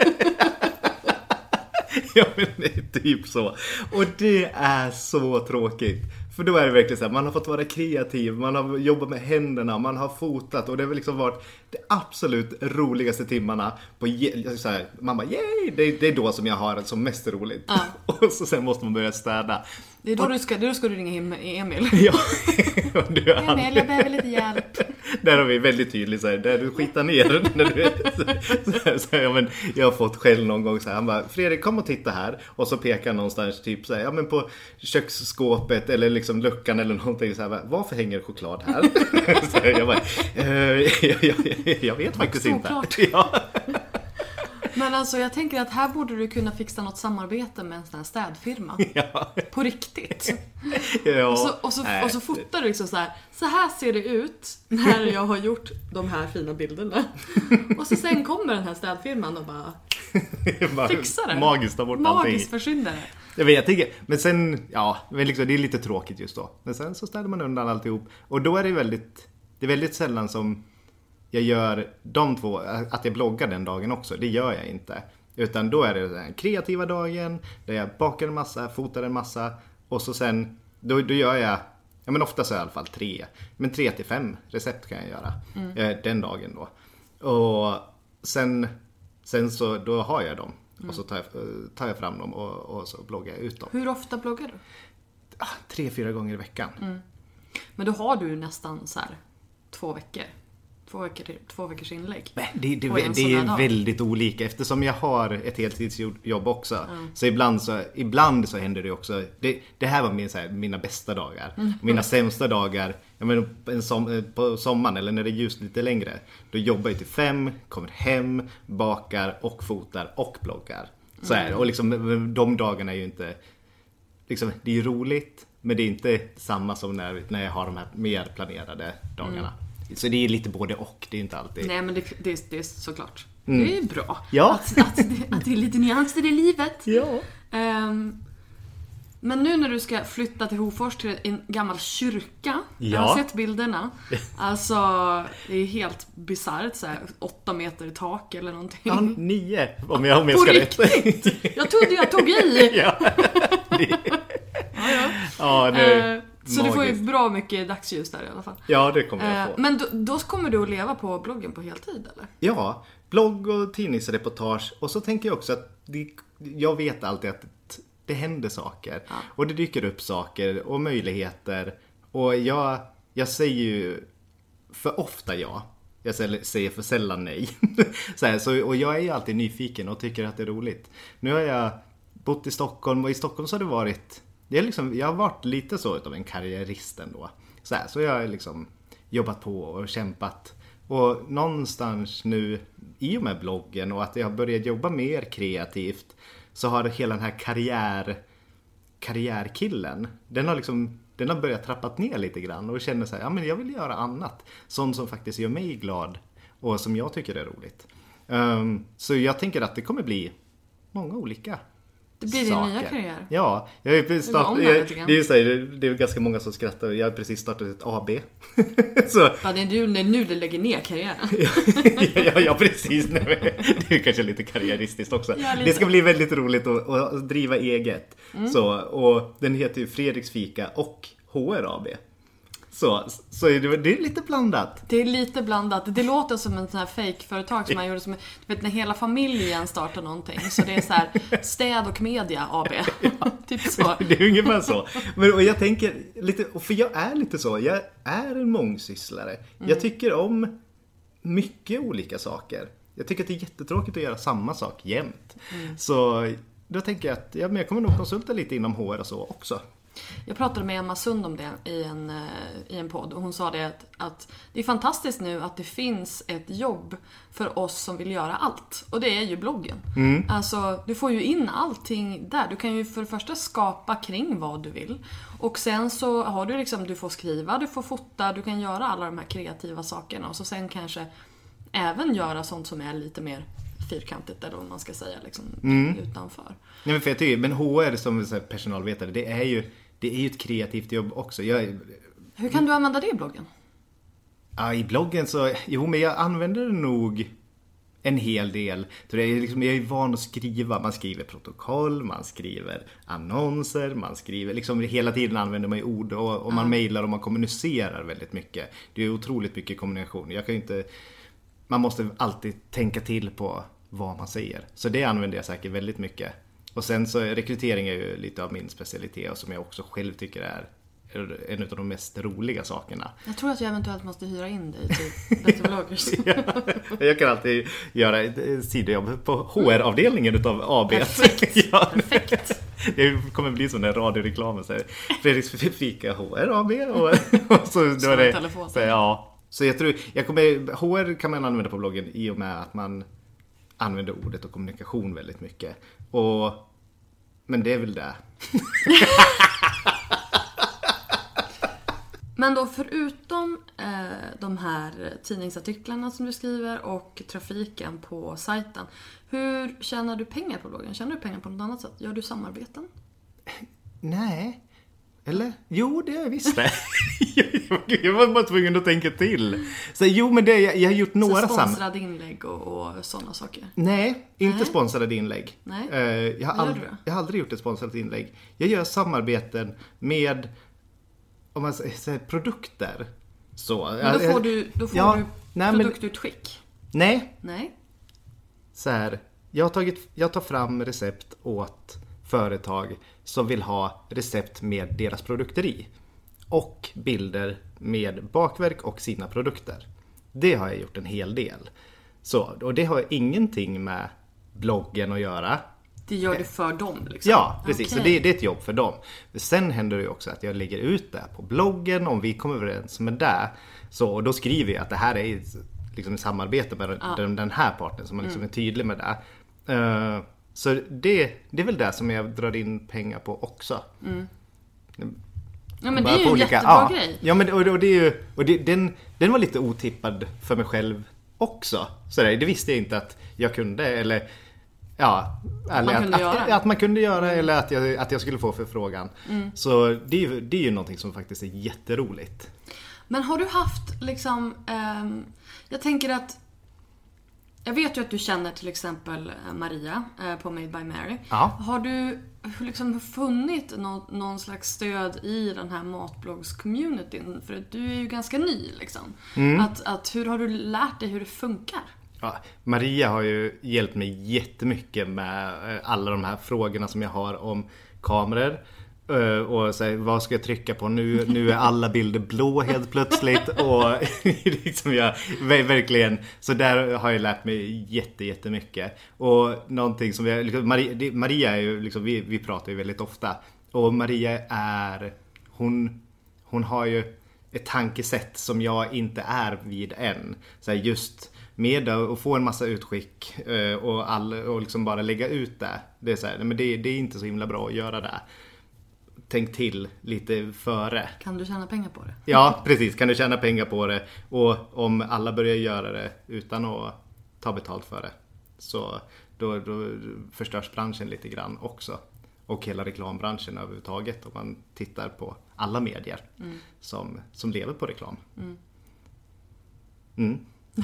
Ja, men det är typ så. Och det är så tråkigt. För då är det verkligen så här, man har fått vara kreativ, man har jobbat med händerna, man har fotat och det har liksom varit de absolut roligaste timmarna på så här, man bara, yay, det, det är då som jag har det som mest roligt. Ja. Och så sen måste man börja städa. Det är då, och, du, ska, då ska du ringa Emil. Ja. Du Emil, aldrig... jag behöver lite hjälp. Där har vi väldigt tydligt så här, där du skitar ner när du så här, så här, ja, men jag har fått skäll någon gång så här, han bara, Fredrik kom och titta här och så pekar någonstans typ så här, ja men på köksskåpet eller liksom luckan eller någonting så här, varför hänger choklad här? Så här, jag bara, eh, jag, jag, jag vet faktiskt inte. Ja. Men alltså jag tänker att här borde du kunna fixa något samarbete med en sån här städfirma. Ja. På riktigt. Ja. Och, så, och, så, och så fotar du liksom så här. Så här ser det ut när jag har gjort de här fina bilderna. Och så sen kommer den här städfirman och bara, bara fixar det. Magiskt ta bort Magiskt allting. försvinner det. Jag vet, jag tänker, men sen, ja, men liksom, det är lite tråkigt just då. Men sen så ställer man undan alltihop. Och då är det väldigt, det är väldigt sällan som jag gör de två, att jag bloggar den dagen också. Det gör jag inte. Utan då är det den kreativa dagen, där jag bakar en massa, fotar en massa. Och så sen, då, då gör jag, ja men ofta så i alla fall tre. Men tre till fem recept kan jag göra. Mm. Eh, den dagen då. Och sen, sen så, då har jag dem. Mm. Och så tar jag, tar jag fram dem och, och så bloggar jag ut dem. Hur ofta bloggar du? Ah, tre, fyra gånger i veckan. Mm. Men då har du nästan så här två veckor. Två, veckor, två veckors inlägg. Nej, det, det, det, det är väldigt olika. Eftersom jag har ett heltidsjobb också. Mm. Så ibland så, ibland så händer det också. Det, det här var min, så här, mina bästa dagar. Mm. Mina sämsta dagar. Jag menar, en som, på sommaren eller när det är ljust lite längre. Då jobbar jag till fem, kommer hem, bakar och fotar och bloggar. Så här, och liksom, de dagarna är ju inte... Liksom, det är ju roligt. Men det är inte samma som när, när jag har de här mer planerade dagarna. Mm. Så det är lite både och, det är inte alltid. Nej, men det, det, det är såklart. Mm. Det är bra. Ja. Att, att, det, att det är lite nyanser i livet. Ja. Um, men nu när du ska flytta till Hofors till en gammal kyrka. Ja. Jag har sett bilderna. Alltså, det är helt bizarrt. Så här, åtta meter i tak eller någonting. Ja, nio. Om jag, om jag På ska riktigt? Rätt. Jag trodde jag tog i. Ja. Det... Ja, ja. Ja, det är uh, Så du får ju bra mycket dagsljus där i alla fall. Ja, det kommer jag få. Men då, då kommer du att leva på bloggen på heltid, eller? Ja, blogg och tidningsreportage. Och så tänker jag också att det, jag vet alltid att det händer saker. Ja. Och det dyker upp saker och möjligheter. Och jag, jag säger ju för ofta ja. Jag säger för sällan nej. så här, så, och jag är ju alltid nyfiken och tycker att det är roligt. Nu har jag bott i Stockholm och i Stockholm så har det varit... Det är liksom, jag har varit lite så utav en karriärist ändå. Så, här, så jag har liksom jobbat på och kämpat. Och någonstans nu, i och med bloggen och att jag har börjat jobba mer kreativt, så har hela den här karriär, karriärkillen, den har liksom, den har börjat trappat ner lite grann. Och känner så här, ja men jag vill göra annat. Sånt som faktiskt gör mig glad och som jag tycker är roligt. Um, så jag tänker att det kommer bli många olika. Det blir din nya karriär. Ja, jag är start, jag, det är så här, det är ganska många som skrattar. Jag har precis startat ett A B. så. Ja, det är nu, det är nu du lägger ner karriären. ja, ja, ja, precis. Det är kanske lite karriäristiskt också. Ja, lite. Det ska bli väldigt roligt att, att driva eget. Mm. Så, och den heter ju Fredriks Fika och H R A B. Så, så är det, det är lite blandat. Det är lite blandat. Det låter som en sån här fake-företag som man gjorde som, du vet, när hela familjen startar någonting. Så det är så här städ och media A B. Ja. Typ så. Det är ungefär så. Men och jag tänker lite, och för jag är lite så, jag är en mångsysslare. Mm. Jag tycker om mycket olika saker. jag tycker att det är jättetråkigt att göra samma sak jämt. Mm. Så då tänker jag att ja, men jag kommer nog konsulta lite inom H R och så också. Jag pratade med Emma Sund om det i en, i en podd och hon sa det att, att det är fantastiskt nu att det finns ett jobb för oss som vill göra allt. Och det är ju bloggen. Mm. Alltså, du får ju in allting där. Du kan ju för det första skapa kring vad du vill. Och sen så har du liksom, du får skriva, du får fota, du kan göra alla de här kreativa sakerna. Och så sen kanske även göra sånt som är lite mer fyrkantigt eller vad man ska säga liksom, mm. utanför. Nej, men, för jag tycker, men H R som personalvetare, det är ju det är ju ett kreativt jobb också. Jag, Hur kan du använda det i bloggen? Ja, i bloggen så, jo men jag använder det nog en hel del. Så det är liksom, jag är van att skriva, man skriver protokoll, man skriver annonser, man skriver, liksom hela tiden använder man ju ord och, och man ja. mejlar och man kommunicerar väldigt mycket. Det är otroligt mycket kommunikation. Jag kan inte, man måste alltid tänka till på vad man säger. Så det använder jag säkert väldigt mycket. Och sen så rekrytering är ju lite av min specialitet och som jag också själv tycker är en av de mest roliga sakerna. Jag tror att jag eventuellt måste hyra in dig till Better bloggers. Ja, jag kan alltid göra ett sidojobb på H R-avdelningen utav A B. Perfekt. Ja. Perfekt. Det kommer bli sån där radioreklam så här, Fredriks fika H R A B och, och så då är det så, ja. Så jag tror jag kommer H R kan man använda på bloggen i och med att man använder ordet och kommunikation väldigt mycket. Och men det är väl det. Men då förutom eh, de här tidningsartiklarna som du skriver och trafiken på sajten, hur tjänar du pengar på bloggen? Tjänar du pengar på något annat sätt? Gör du samarbeten? Nej. Eller? Jo, det är visst det. Jag var bara tvungen att tänka till. Så, jo, men det, jag, jag har gjort några samarbeten. Sponsrade inlägg och, och sådana saker? Nej, inte Nej. sponsrade inlägg. Nej. Uh, jag, har aldrig, jag har aldrig gjort ett sponsrat inlägg. Jag gör samarbeten med om man säger produkter. Så. Men då får du, då får ja, du nej, produktutskick? Nej. Nej. Så här, jag, har tagit, jag tar fram recept åt företag som vill ha recept med deras produkter i. Och bilder med bakverk och sina produkter. Det har jag gjort en hel del. Så, och det har ingenting med bloggen att göra. Det gör du för dem liksom? Ja, precis. Okay. Så det, det är ett jobb för dem. Sen händer det ju också att jag lägger ut det på bloggen om vi kommer överens med det. Så, och då skriver jag att det här är liksom ett samarbete med ja. den, den här parten som man liksom mm. är tydlig med det. Uh, så det, det är väl det som jag drar in pengar på också. Mm. Ja, men det är ju en jättebra ja. grej. Ja, men och, och det är ju och det, den, den var lite otippad för mig själv också. Så där, det visste jag inte att jag kunde eller ja, eller man att, att, att man kunde göra mm. eller att jag, att jag skulle få förfrågan. Mm. Så det är ju det är ju någonting som faktiskt är jätteroligt. Men har du haft liksom um, jag tänker att jag vet ju att du känner till exempel Maria eh, på Made by Mary. Ja. Har du liksom funnit någon, någon slags stöd i den här matbloggs-communityn? För att du är ju ganska ny liksom. Mm. Att, att hur har du lärt dig hur det funkar? Ja, Maria har ju hjälpt mig jättemycket med alla de här frågorna som jag har om kameror. Och så här, vad ska jag trycka på nu? Nu är alla bilder blå helt plötsligt. Och liksom jag verkligen. Så där har jag lärt mig jätte, jättemycket. Och någonting som jag liksom, Maria, Maria är ju liksom, vi, vi pratar ju väldigt ofta. Och Maria är hon, hon har ju ett tankesätt som jag inte är vid än. Så här, just med att få en massa utskick och, all, och liksom bara lägga ut det. Det är, så här, men det, det är inte så himla bra att göra det. Tänk till lite före. Kan du tjäna pengar på det? Ja, precis. Kan du tjäna pengar på det? Och om alla börjar göra det utan att ta betalt för det, så då, då förstörs branschen lite grann också. Och hela reklambranschen överhuvudtaget om man tittar på alla medier mm. som, som lever på reklam. Mm. Mm.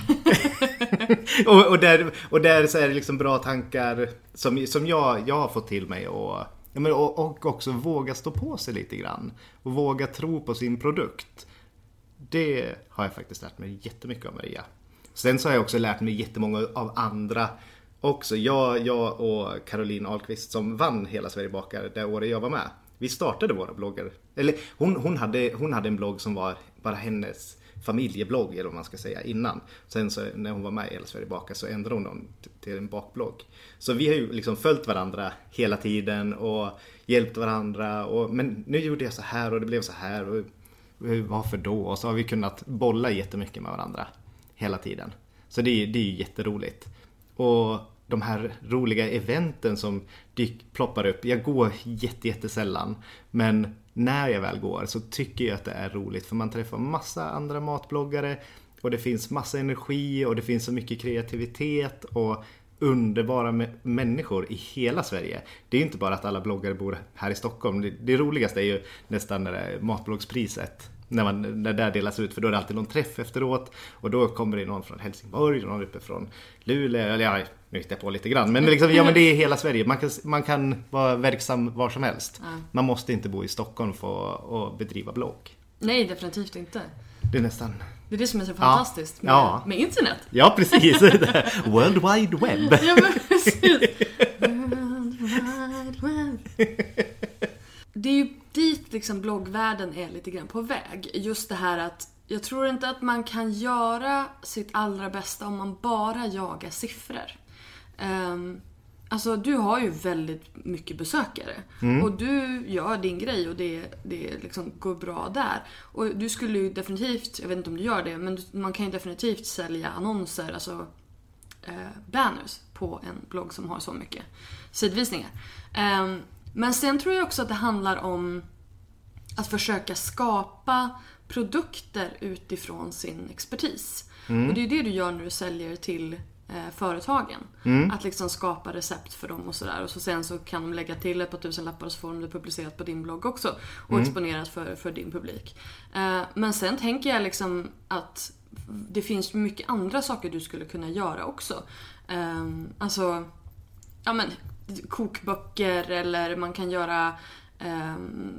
och, och där, och där så är det liksom bra tankar som, som jag, jag har fått till mig och Ja, men och, och också våga stå på sig lite grann. Och våga tro på sin produkt. Det har jag faktiskt lärt mig jättemycket av Maria. Sen så har jag också lärt mig jättemånga av andra också. Jag, jag och Caroline Ahlqvist som vann Hela Sverige bakar det året jag var med. Vi startade våra bloggar. Eller hon, hon, hade, hon hade en blogg som var bara hennes familjeblogg eller vad man ska säga innan. Sen så när hon var med i Hela Sverige bakar så ändrade hon dem till en bakblogg. Så vi har ju liksom följt varandra hela tiden och hjälpt varandra. Och, men nu gjorde jag så här och det blev så här och varför då? Och så har vi kunnat bolla jättemycket med varandra hela tiden. Så det är, det är ju jätteroligt. Och de här roliga eventen som dyk, ploppar upp. Jag går jätte, jättesällan. Men när jag väl går så tycker jag att det är roligt. För man träffar massa andra matbloggare. Och det finns massa energi. Och det finns så mycket kreativitet. Och underbara m- människor i hela Sverige. Det är ju inte bara att alla bloggare bor här i Stockholm. Det, det roligaste är ju nästan när det är matbloggspriset. När, man, när det där delas ut, för då är det alltid någon träff efteråt. Och då kommer det någon från Helsingborg, någon uppe från Luleå. Eller ja, nu hittar jag på lite grann. Men, liksom, ja, men det är hela Sverige. Man kan, man kan vara verksam var som helst. Ja. Man måste inte bo i Stockholm för att bedriva blogg. Nej, definitivt inte. Det är nästan... Det är det som är så fantastiskt ja. med, Ja. med internet. Ja, precis. World Wide Web. Ja, men precis. World Wide Web. Det är ju dit liksom bloggvärlden är lite grann på väg. Just det här att jag tror inte att man kan göra sitt allra bästa om man bara jagar siffror. Um, alltså du har ju väldigt mycket besökare. Mm. Och du gör din grej och det, det liksom går bra där. Och du skulle ju definitivt, jag vet inte om du gör det, men man kan ju definitivt sälja annonser, alltså eh, banners på en blogg som har så mycket sidvisningar. Um, Men sen tror jag också att det handlar om att försöka skapa produkter utifrån sin expertis. Mm. Och det är det du gör när du säljer till eh, företagen. Mm. Att liksom skapa recept för dem och sådär. Och så sen så kan de lägga till ett par tusen lappar och så får de det publicerat på din blogg också. Och mm. exponerat för, för din publik. Eh, men sen tänker jag liksom att det finns mycket andra saker du skulle kunna göra också. Eh, alltså, ja men... kokböcker eller man kan göra eh,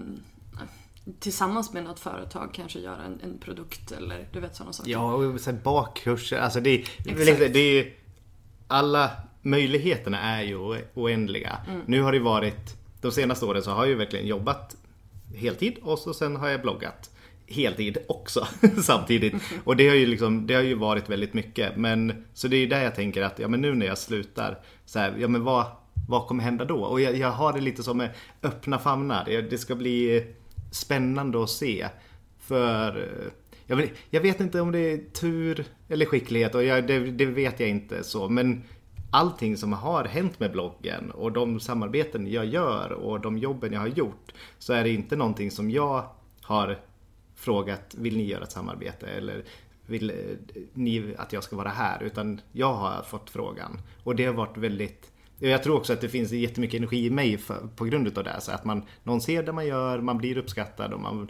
tillsammans med något företag kanske göra en, en produkt eller du vet sådana saker. Ja, och så bakkurser, alltså det, det, det är alla möjligheterna är ju oändliga. Mm. Nu har det varit, de senaste åren så har jag ju verkligen jobbat heltid och så sen har jag bloggat heltid också samtidigt. Och det har ju liksom, det har ju varit väldigt mycket, men så det är ju där jag tänker att ja men nu när jag slutar så här, ja men vad vad kommer hända då? Och jag, jag har det lite som med öppna famnar. Det ska bli spännande att se. För jag vet, jag vet inte om det är tur eller skicklighet. Och jag, det, det vet jag inte så. Men allting som har hänt med bloggen och de samarbeten jag gör och de jobben jag har gjort, så är det inte någonting som jag har frågat, vill ni göra ett samarbete? Eller vill ni att jag ska vara här? Utan jag har fått frågan. Och det har varit väldigt... Jag tror också att det finns jättemycket energi i mig för, på grund av det. Så att man, någon ser det man gör, man blir uppskattad och man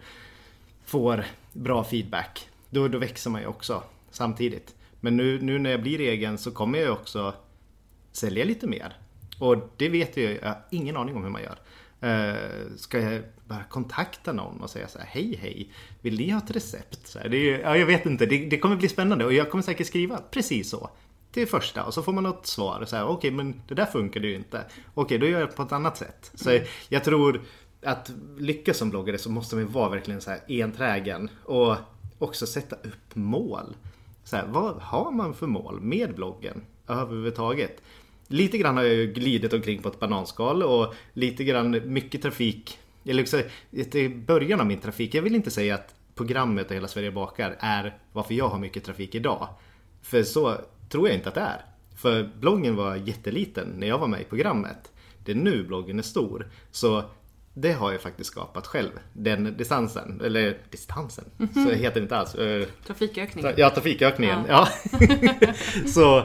får bra feedback. Då, då växer man ju också samtidigt. Men nu, nu när jag blir egen så kommer jag också sälja lite mer. Och det vet jag, jag har ingen aning om hur man gör. Uh, ska jag bara kontakta någon och säga så här: hej hej, vill ni ha ett recept? Så här, det är, ja, jag vet inte, det, det kommer bli spännande. Och jag kommer säkert skriva precis så. Det är första, och så får man något svar. Så här, okej, men det där funkar det ju inte. Okej, då gör jag på ett annat sätt. Så mm. jag tror att lyckas som bloggare så måste man vara verkligen så här enträgen. Och också sätta upp mål. Så här, vad har man för mål med bloggen överhuvudtaget? Lite grann har jag ju glidit omkring på ett bananskal. Och lite grann mycket trafik. Eller också, i början av min trafik. Jag vill inte säga att programmet och Hela Sverige bakar är varför jag har mycket trafik idag. För så... tror jag inte att det är. För bloggen var jätteliten när jag var med i programmet. Det är nu bloggen är stor. Så det har jag faktiskt skapat själv. Den distansen. Eller distansen. Mm-hmm. Så heter det inte alls. Trafikökningen. Ja, trafikökningen. Ja. ja. Så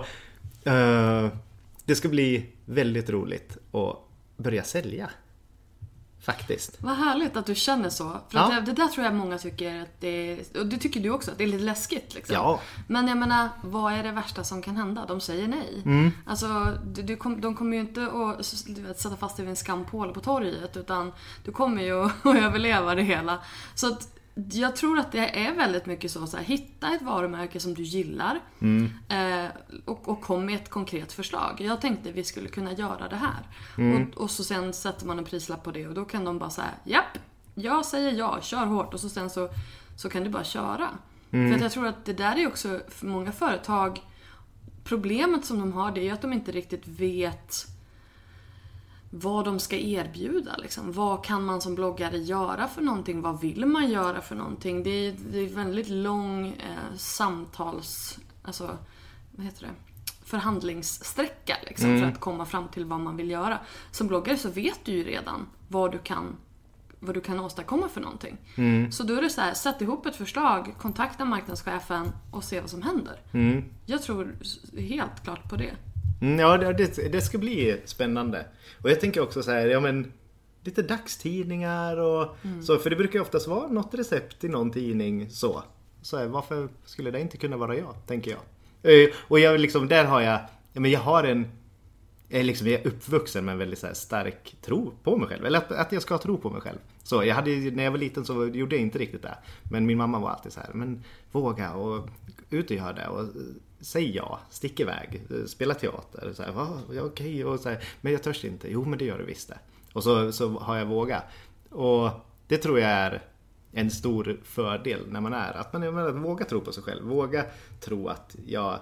uh, det ska bli väldigt roligt att börja sälja. Faktiskt. Vad härligt att du känner så. För ja. att det, det där tror jag många tycker att det är, och det tycker du också, att det är lite läskigt liksom. Ja. Men jag menar, vad är det värsta som kan hända? De säger nej. Mm. Alltså, du, du kom, de kommer ju inte att du vet, sätta fast dig vid en skampåle på torget, utan du kommer ju att överleva det hela. Så att jag tror att det är väldigt mycket så, så här, hitta ett varumärke som du gillar mm. eh, och, och kom med ett konkret förslag. Jag tänkte vi skulle kunna göra det här. Mm. Och, och så sen sätter man en prislapp på det och då kan de bara säga, japp, jag säger ja, kör hårt. Och så sen så, så kan du bara köra. Mm. För att jag tror att det där är också för många företag, problemet som de har, det är att de inte riktigt vet vad de ska erbjuda. Liksom. Vad kan man som bloggare göra för någonting? Vad vill man göra för någonting? Det är, det är väldigt lång eh, samtals... Alltså, vad heter det? Förhandlingssträcka liksom, mm. för att komma fram till vad man vill göra. Som bloggare så vet du ju redan vad du kan, vad du kan åstadkomma för någonting. Mm. Så då är det så här, sätt ihop ett förslag, kontakta marknadschefen och se vad som händer. Mm. Jag tror helt klart på det. Mm, ja, det, det ska bli spännande. Och jag tänker också så här, ja men lite dagstidningar och mm. så, för det brukar ju oftast vara något recept i någon tidning så. Så här, varför skulle det inte kunna vara jag, tänker jag. Och jag liksom, där har jag, ja men jag har en, jag är liksom, jag är uppvuxen med en väldigt så här stark tro på mig själv. Eller att, att jag ska tro på mig själv. Så jag hade, när jag var liten så gjorde jag inte riktigt det. Men min mamma var alltid så här, men våga och ut och göra det och säg ja, stick iväg, spela teater. Så här, ja, okej, och så här, men jag törs inte. Jo, men det gör du visst det. Och så, så har jag vågat. Och det tror jag är en stor fördel när man är att man, är, man vågar tro på sig själv. Våga tro att jag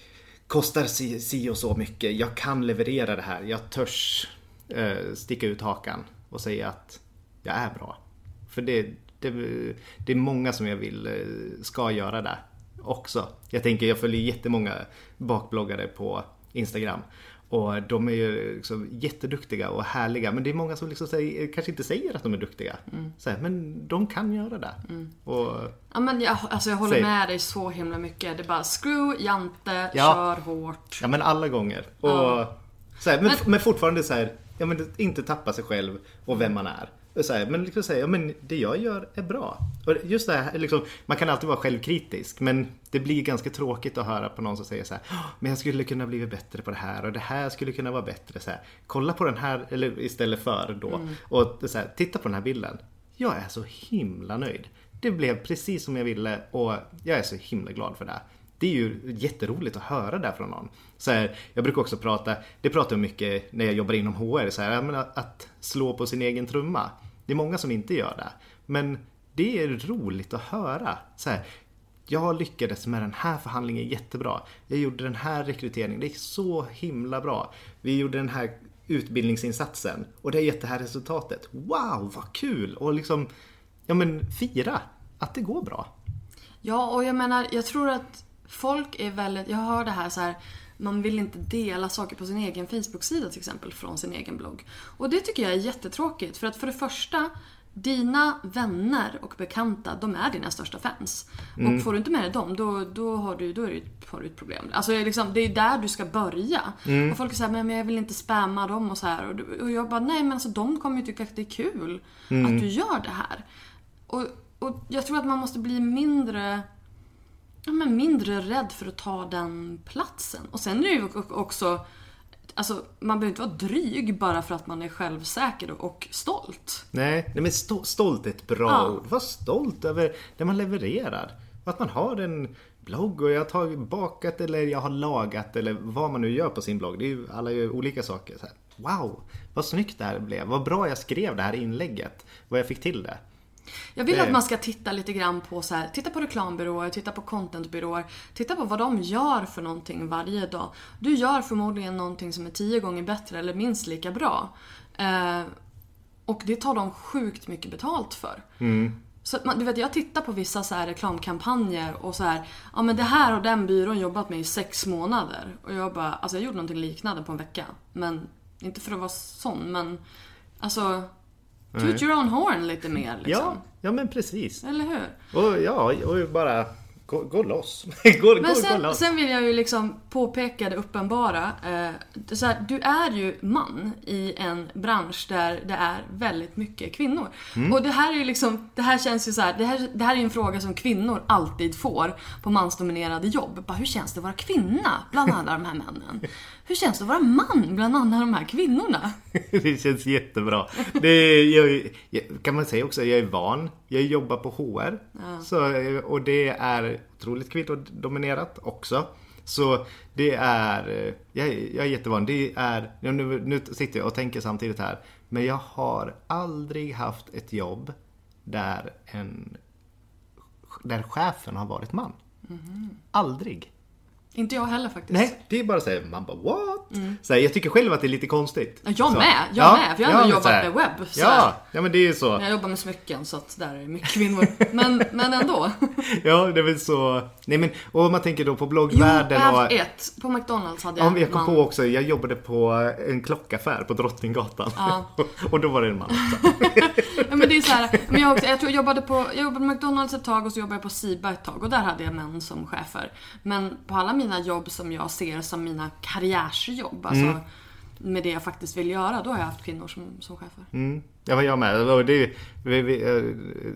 kostar si, si och så mycket. Jag kan leverera det här. Jag törs eh, sticka ut hakan och säga att jag är bra. För det, det, det är många som jag vill eh, ska göra det också. Jag tänker, jag följer jättemånga bakbloggare på Instagram. Och de är ju liksom jätteduktiga och härliga. Men det är många som liksom säger, kanske inte säger att de är duktiga. Mm. Så här, men de kan göra det. Mm. Och ja, men jag, alltså jag håller säg. med dig så himla mycket. Det är bara screw, jante, ja. kör hårt. Ja, men alla gånger. Och, ja. så här, men, men, men fortfarande så här, ja, men inte tappa sig själv och vem man är. Så här, men liksom säga, ja, men det jag gör är bra. Och just det här, liksom, man kan alltid vara självkritisk, men det blir ganska tråkigt att höra på någon som säger så här, men jag skulle kunna bli bättre på det här och det här skulle kunna vara bättre. Så här, kolla på den här, eller istället för då, mm. och så här, titta på den här bilden. Jag är så himla nöjd. Det blev precis som jag ville och jag är så himla glad för det. Det är ju jätteroligt att höra det från någon. Så här, jag brukar också prata, det pratar jag mycket när jag jobbar inom H R, så här, jag menar, att slå på sin egen trumma. Det är många som inte gör det. Men det är roligt att höra. Så här, jag lyckades med den här förhandlingen jättebra. Jag gjorde den här rekryteringen, det gick så himla bra. Vi gjorde den här utbildningsinsatsen och det har gett det här resultatet. Wow, vad kul! Och liksom, ja men fira att det går bra. Ja, och jag menar, jag tror att folk är väldigt, jag hör det här så här, man vill inte dela saker på sin egen Facebook-sida till exempel från sin egen blogg. Och det tycker jag är jättetråkigt, för att för det första, dina vänner och bekanta, de är dina största fans. Mm. Och får du inte med dig dem, då, då, har, du, då är det, har du ett problem. Alltså liksom, det är där du ska börja. Mm. Och folk säger, men jag vill inte spamma dem och så här. Och, och jag bara, nej men alltså de kommer ju tycka att det är kul mm. att du gör det här. Och, och jag tror att man måste bli mindre... Ja, men mindre rädd för att ta den platsen. Och sen är det ju också, alltså, man behöver inte vara dryg bara för att man är självsäker och stolt. Nej, nej men sto- stolt är ett bra ja. ord. Var stolt över det man levererar. Att man har en blogg och jag har bakat eller jag har lagat eller vad man nu gör på sin blogg. Det är ju, alla gör olika saker. Så här, wow, vad snyggt det här blev. Vad bra jag skrev det här inlägget. Vad jag fick till det. Jag vill att man ska titta lite grann på så här, titta på reklambyråer, titta på contentbyråer, titta på vad de gör för någonting varje dag. Du gör förmodligen någonting som är tio gånger bättre eller minst lika bra. Eh, och det tar de sjukt mycket betalt för. Mm. Så att man, du vet, jag tittar på vissa så här reklamkampanjer och så här, ja men det här har den byrån jobbat med i sex månader. Och jag bara, alltså jag gjorde någonting liknande på en vecka. Men, inte för att vara sån, men alltså... Toot your own horn lite mer liksom. Ja, ja men precis. Eller hur? Och ja, och bara gå, gå loss. gå, men gå, sen, gå loss. sen vill jag ju liksom påpeka det uppenbara. Eh, så här, du är ju man i en bransch där det är väldigt mycket kvinnor. Mm. Och det här är ju liksom, det här känns ju så här, det här, det här är ju en fråga som kvinnor alltid får på mansdominerade jobb. Bara, hur känns det att vara kvinna bland alla de här männen? Hur känns det att vara man bland alla de här kvinnorna? Det känns jättebra. Det är, jag, kan man säga också, jag är van. Jag jobbar på H R. Ja. Så, och det är otroligt kvinnodominerat också. Så det är, jag, jag är jättevan. Det är, nu, nu sitter jag och tänker samtidigt här. Men jag har aldrig haft ett jobb där en där chefen har varit man. Mm. Aldrig. Inte jag heller faktiskt. Nej, det är bara så här, man bara what? Mm. Så här, jag tycker själv att det är lite konstigt. Jag så. med, jag ja, med. För jag har ja, ändå jobbat här, med webb. Så ja, ja, men det är ju så. Jag jobbar med smycken så att där är mycket kvinnor. Men, men ändå. Ja, det är väl så. Nej, men och man tänker då på bloggvärlden. Jo, och ett. På McDonalds hade jag ja, jag kom man... på också, jag jobbade på en klockaffär på Drottninggatan. Ja. Och då var det en man också. Ja, men det är så här, men jag, jag, tror jag, jobbade på, jag jobbade på McDonalds ett tag och så jobbade jag på Siba ett tag. Och där hade jag män som chefer. Men på alla mina jobb som jag ser som mina karriärsjobb, alltså mm. med det jag faktiskt vill göra, då har jag haft kvinnor som, som chefer. Mm. Ja, var jag med. Det, vi, vi, äh,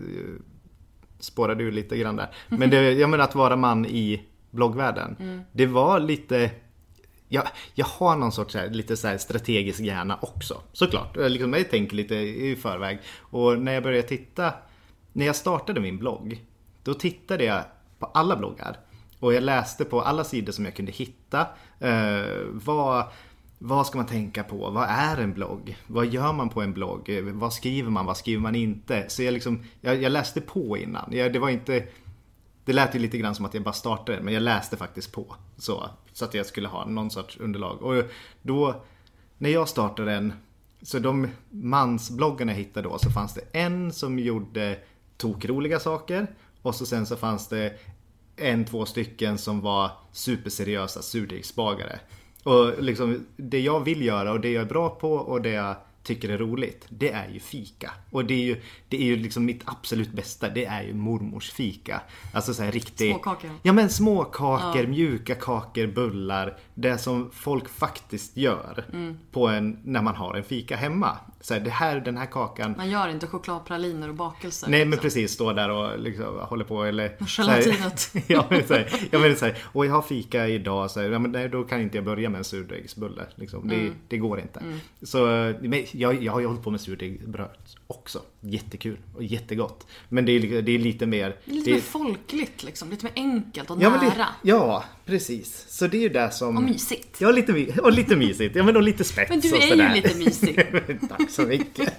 spårade ju lite grann där. Men det, jag menar att vara man i bloggvärlden, mm. det var lite... Jag, jag har någon sorts här, lite så här strategisk hjärna också, såklart. Liksom, jag tänker lite i förväg. Och när jag började titta, när jag startade min blogg, då tittade jag på alla bloggar. Och jag läste på alla sidor som jag kunde hitta. Eh, vad, vad ska man tänka på? Vad är en blogg? Vad gör man på en blogg? Vad skriver man? Vad skriver man inte? Så jag, liksom, jag, jag läste på innan. Jag, det var inte... Det lät ju lite grann som att jag bara startade, men jag läste faktiskt på. Så, så att jag skulle ha någon sorts underlag. Och då, när jag startade den, så de mansbloggarna jag hittade då, så fanns det en som gjorde tokroliga saker. Och så sen så fanns det en, två stycken som var superseriösa surdegsbagare. Och liksom det jag vill göra och det jag är bra på och det jag tycker är roligt, det är ju fika. Och det är ju, det är ju liksom mitt absolut bästa, det är ju mormors fika. Alltså så här riktigt... Småkakor. Ja, men småkakor, ja. mjuka kakor, bullar. Det som folk faktiskt gör mm. på en, när man har en fika hemma. Så här, det här, den här kakan... Man gör inte chokladpraliner och bakelser. Nej, liksom. Men precis, står där och liksom håller på eller... Och gelatinet. ja, men så här, jag menar så här, och jag har fika idag, så här, ja, men nej, då kan inte jag börja med en surdegsbulle. Liksom. Det, mm. det går inte. Mm. Så men jag, jag har ju hållit på med surdegsbröd också. Jättekul och jättegott. Men det är, det är lite mer... Lite det, mer folkligt liksom. Lite mer enkelt och ja, nära. Det, ja, precis. Så det är ju det som... Och mysigt. Ja, lite, och lite mysigt. Ja, men och lite spets. Men du och är så ju där. lite mysig. Tack så mycket.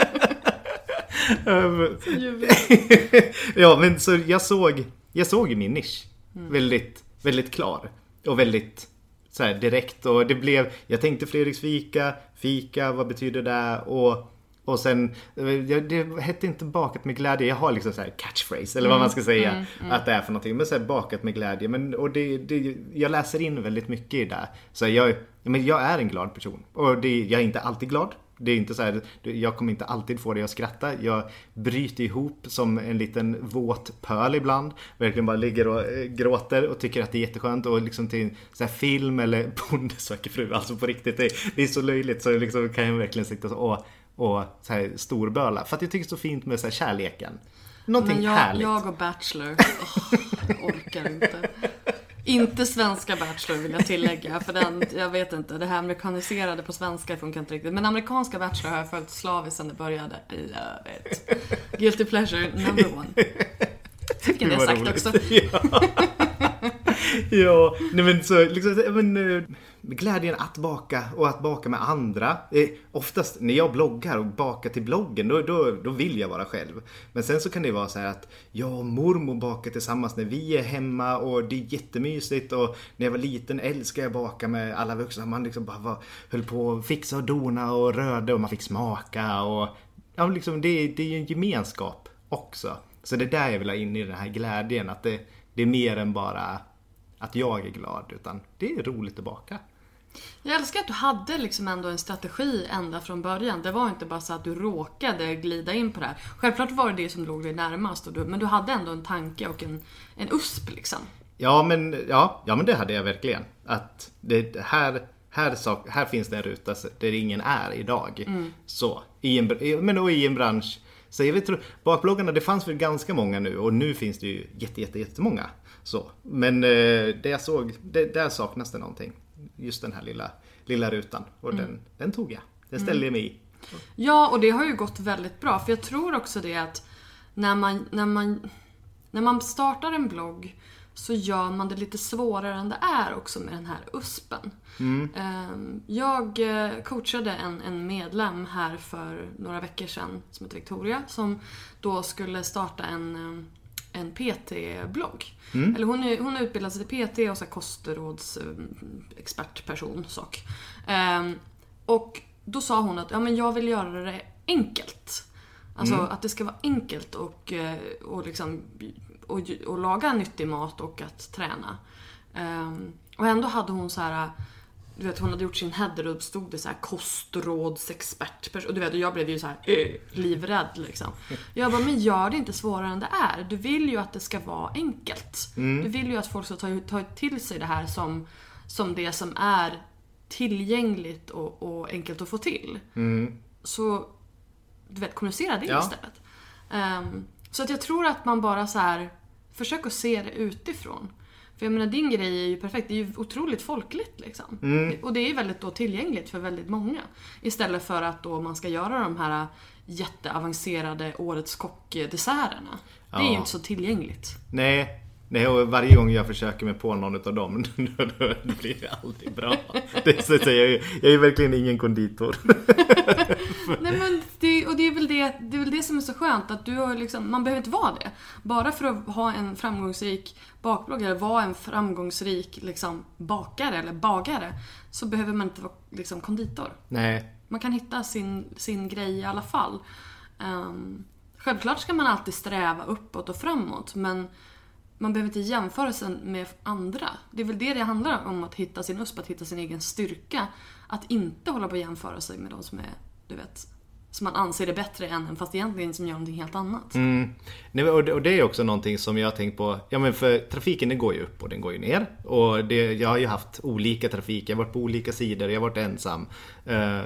Ja, men så jag såg jag såg min nisch mm. väldigt väldigt klar och väldigt så här direkt, och det blev, jag tänkte Fredriks fika, fika, vad betyder det? Och och sen det hette inte bakat med glädje. Jag har liksom så här catchphrase eller vad man ska säga mm, mm. att det är för någonting, men så här bakat med glädje, men och det, det jag läser in väldigt mycket i det. Så jag men jag är en glad person och det, jag är inte alltid glad. Det är inte så här, jag kommer inte alltid få dig att skratta. Jag bryter ihop som en liten våt pöl ibland. Verkligen bara ligger och gråter och tycker att det är jätteskönt. Och liksom till så här film eller Bonde söker fru, alltså på riktigt. Det är, det är så löjligt, så liksom kan jag verkligen sitta så och, och så här storböla. För att jag tycker det är så fint med så här kärleken. Någonting Men jag, härligt. jag och Bachelor, oh, jag orkar inte. Inte svenska Bachelor vill jag tillägga, för den, jag vet inte, det här amerikaniserade på svenska funkar inte riktigt. Men amerikanska Bachelor har jag följt slaviskt sedan det började. Jag vet. Guilty pleasure number one. Så fick jag det sagt roligt. Också. Ja, ja, nej men så liksom, men, glädjen att baka och att baka med andra. Eh, oftast när jag bloggar och bakar till bloggen, då, då, då vill jag vara själv. Men sen så kan det vara så här att jag och mormor bakar tillsammans när vi är hemma och det är jättemysigt. Och när jag var liten älskade jag baka med alla vuxna. Man liksom bara var, höll på att fixa och dona och röda och man fick smaka. Och, ja, liksom, det, det är ju en gemenskap också. Så det är där jag vill ha in i den här glädjen. Att det, det är mer än bara att jag är glad, utan det är roligt att baka. Jag älskar att du hade liksom ändå en strategi ända från början. Det var inte bara så att du råkade glida in på det här. Självklart var det det som låg dig närmast. Och du, men du hade ändå en tanke och en, en usp liksom. Ja men, ja, ja, men det hade jag verkligen. Att det här... Här, sak, här finns det en ruta där ingen är idag. Mm. Så, i en, men och i en bransch. Så jag vet, bakbloggarna, det fanns väl ganska många nu. Och nu finns det ju jätte, jätte, jättemånga. Så. Men eh, det jag såg, det, där saknas det någonting. Just den här lilla, lilla rutan. Och mm. den, den tog jag. Den ställde jag mig i. Ja, och det har ju gått väldigt bra. För jag tror också det att när man, när man, när man startar en blogg, så gör man det lite svårare än det är också med den här uspen. Mm. Jag coachade en, en medlem här för några veckor sedan som heter Victoria, som då skulle starta en, en P T-blogg. Mm. Eller hon är, hon är utbildad till P T och så här kostrådsexpertperson sak. Um, och då sa hon att ja, men jag vill göra det enkelt. Alltså mm. att det ska vara enkelt och, och, liksom, och, och laga nyttig mat och att träna. Um, och ändå hade hon så här, du vet, hon hade gjort sin header och stod det så här kostrådsexpert. Och du vet, och jag blev ju så här äh, livrädd liksom. Jag bara, men gör det inte svårare än det är. Du vill ju att det ska vara enkelt. Mm. Du vill ju att folk ska ta, ta till sig det här som, som det som är tillgängligt och, och enkelt att få till. Mm. Så du vet, kommunicera det ja. istället. Um, så att jag tror att man bara så här försöker se det utifrån. För jag menar, din grej är ju perfekt. Det är ju otroligt folkligt liksom. Mm. Och det är väldigt då tillgängligt för väldigt många. Istället för att då man ska göra de här jätteavancerade årets kockdesserterna. Ja. Det är ju inte så tillgängligt. Nej. Nej, och varje gång jag försöker mig på någon av dem då blir det alltid bra. Det är så att jag, är, jag är verkligen ingen konditor. Nej, men det, och det är väl det, det är väl det som är så skönt att du har liksom, man behöver inte vara det. Bara för att ha en framgångsrik bakblogg eller vara en framgångsrik liksom bakare eller bagare, så behöver man inte vara liksom konditor. Nej. Man kan hitta sin, sin grej i alla fall. Um, självklart ska man alltid sträva uppåt och framåt, men man behöver inte jämföra sig med andra. Det är väl det det handlar om, att hitta sin USP, att hitta sin egen styrka. Att inte hålla på att jämföra sig med de som är, du vet, som man anser är bättre än en, fast egentligen som gör någonting helt annat. Mm. Nej, och, det, och det är också någonting som jag har tänkt på. Ja, men för trafiken, den går ju upp och den går ju ner. Och det, jag har ju haft olika trafik. Jag har varit på olika sidor, jag har varit ensam. Uh,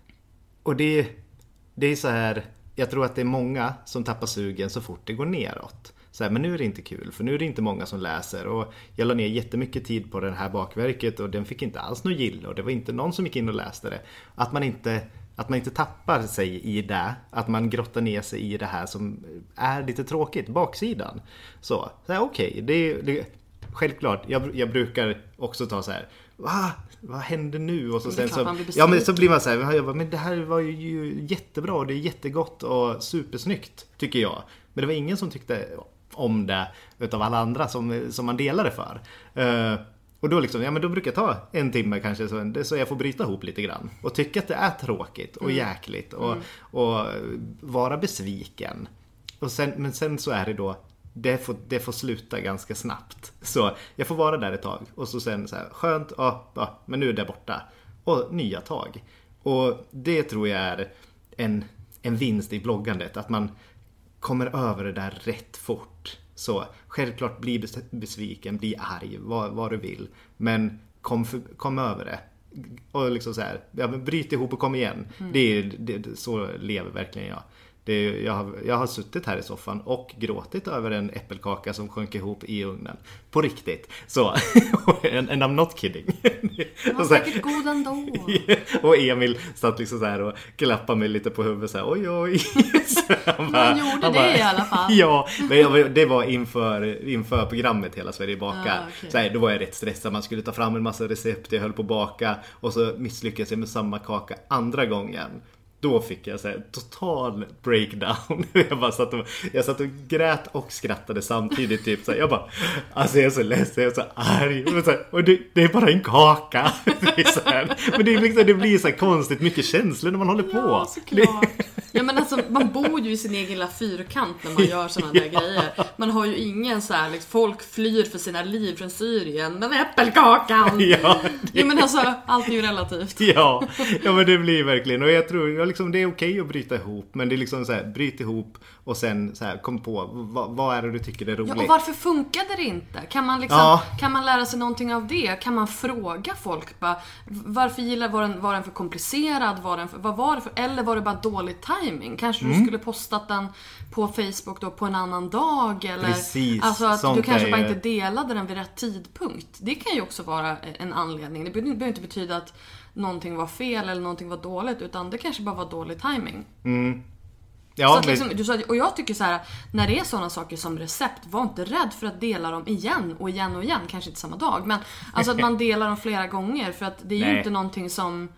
och det, det är så här, jag tror att det är många som tappar sugen så fort det går neråt. Så här, men nu är det inte kul, för nu är det inte många som läser. Och jag la ner jättemycket tid på det här bakverket och den fick inte alls något gilla. Och det var inte någon som gick in och läste det. Att man inte, att man inte tappar sig i det. Att man grottar ner sig i det här som är lite tråkigt, baksidan. Så, så här, okej, okay, det, det självklart, jag, jag brukar också ta så här, va? Vad händer nu? Och så sen så, ja, men så blir man så här, men det här var ju jättebra och det är jättegott och supersnyggt, tycker jag. Men det var ingen som tyckte om det utav alla andra som, som man delade för. Uh, och då liksom, ja, men då brukar jag ta en timme kanske så, så jag får bryta ihop lite grann. Och tycka att det är tråkigt och mm. jäkligt och, mm. och vara besviken. Och sen, men sen så är det då, det får, det får sluta ganska snabbt. Så jag får vara där ett tag. Och så sen så här, skönt, ja, ja, men nu är det borta. Och nya tag. Och det tror jag är en, en vinst i bloggandet. Att man kommer över det där rätt fort. Så självklart bli besviken, bli arg, vad, vad du vill. Men kom, för, kom över det. Och liksom så här, ja, men bryt ihop och kom igen. Mm. Det är, det, så lever verkligen jag. Det, jag, har, jag har suttit här i soffan och gråtit över en äppelkaka som sjönk ihop i ugnen. På riktigt. Så, and, and I'm not kidding. Den var säkert god ändå. Och Emil satt liksom så här och klappade mig lite på huvudet så här, oj oj. Så han bara, han gjorde han det bara, i alla fall. Ja, men det var inför, inför programmet Hela Sverige bakar. Ah, okay. Så här, då var jag rätt stressad. Man skulle ta fram en massa recept, jag höll på att baka. Och så misslyckades jag med samma kaka andra gången. Då fick jag så här, total breakdown. Jag bara satt och, jag satt och grät och skrattade samtidigt. Typ, så här, jag bara, alltså jag är så ledsen, jag är så arg. Och, så här, och det, det är bara en kaka. Det är så här, men det, är liksom, det blir så här konstigt mycket känslor när man håller på. Ja, såklart. Ja, men alltså, man bor ju i sin egen lilla fyrkant när man gör sådana där ja. grejer. Man har ju ingen så här, liksom, folk flyr för sina liv från Syrien. Men äppelkakan! Ja, det... ja, men alltså, allt är ju relativt. Ja, ja, men det blir verkligen. Och jag tror, jag liksom, det är okej att bryta ihop. Men det är liksom så här, bryt ihop och sen så här, kom på, vad, vad är det du tycker är roligt? Ja, och varför funkade det inte? Kan man liksom, ja. kan man lära sig någonting av det? Kan man fråga folk bara, varför gillar, var den, var den för komplicerad? Var den för, vad var det för, eller var det bara dålig timing? Kanske mm. du skulle postat den på Facebook då på en annan dag eller precis, alltså att du kanske är... bara inte delade den vid rätt tidpunkt. Det kan ju också vara en anledning. Det behöver inte betyda att någonting var fel eller någonting var dåligt, utan det kanske bara var dålig timing. Mm. Ja, så att men... liksom, du sa, och jag tycker så här, när det är sådana saker som recept, var inte rädd för att dela dem igen och igen och igen, kanske inte samma dag, men alltså att man delar dem flera gånger, för att det är ju inte någonting som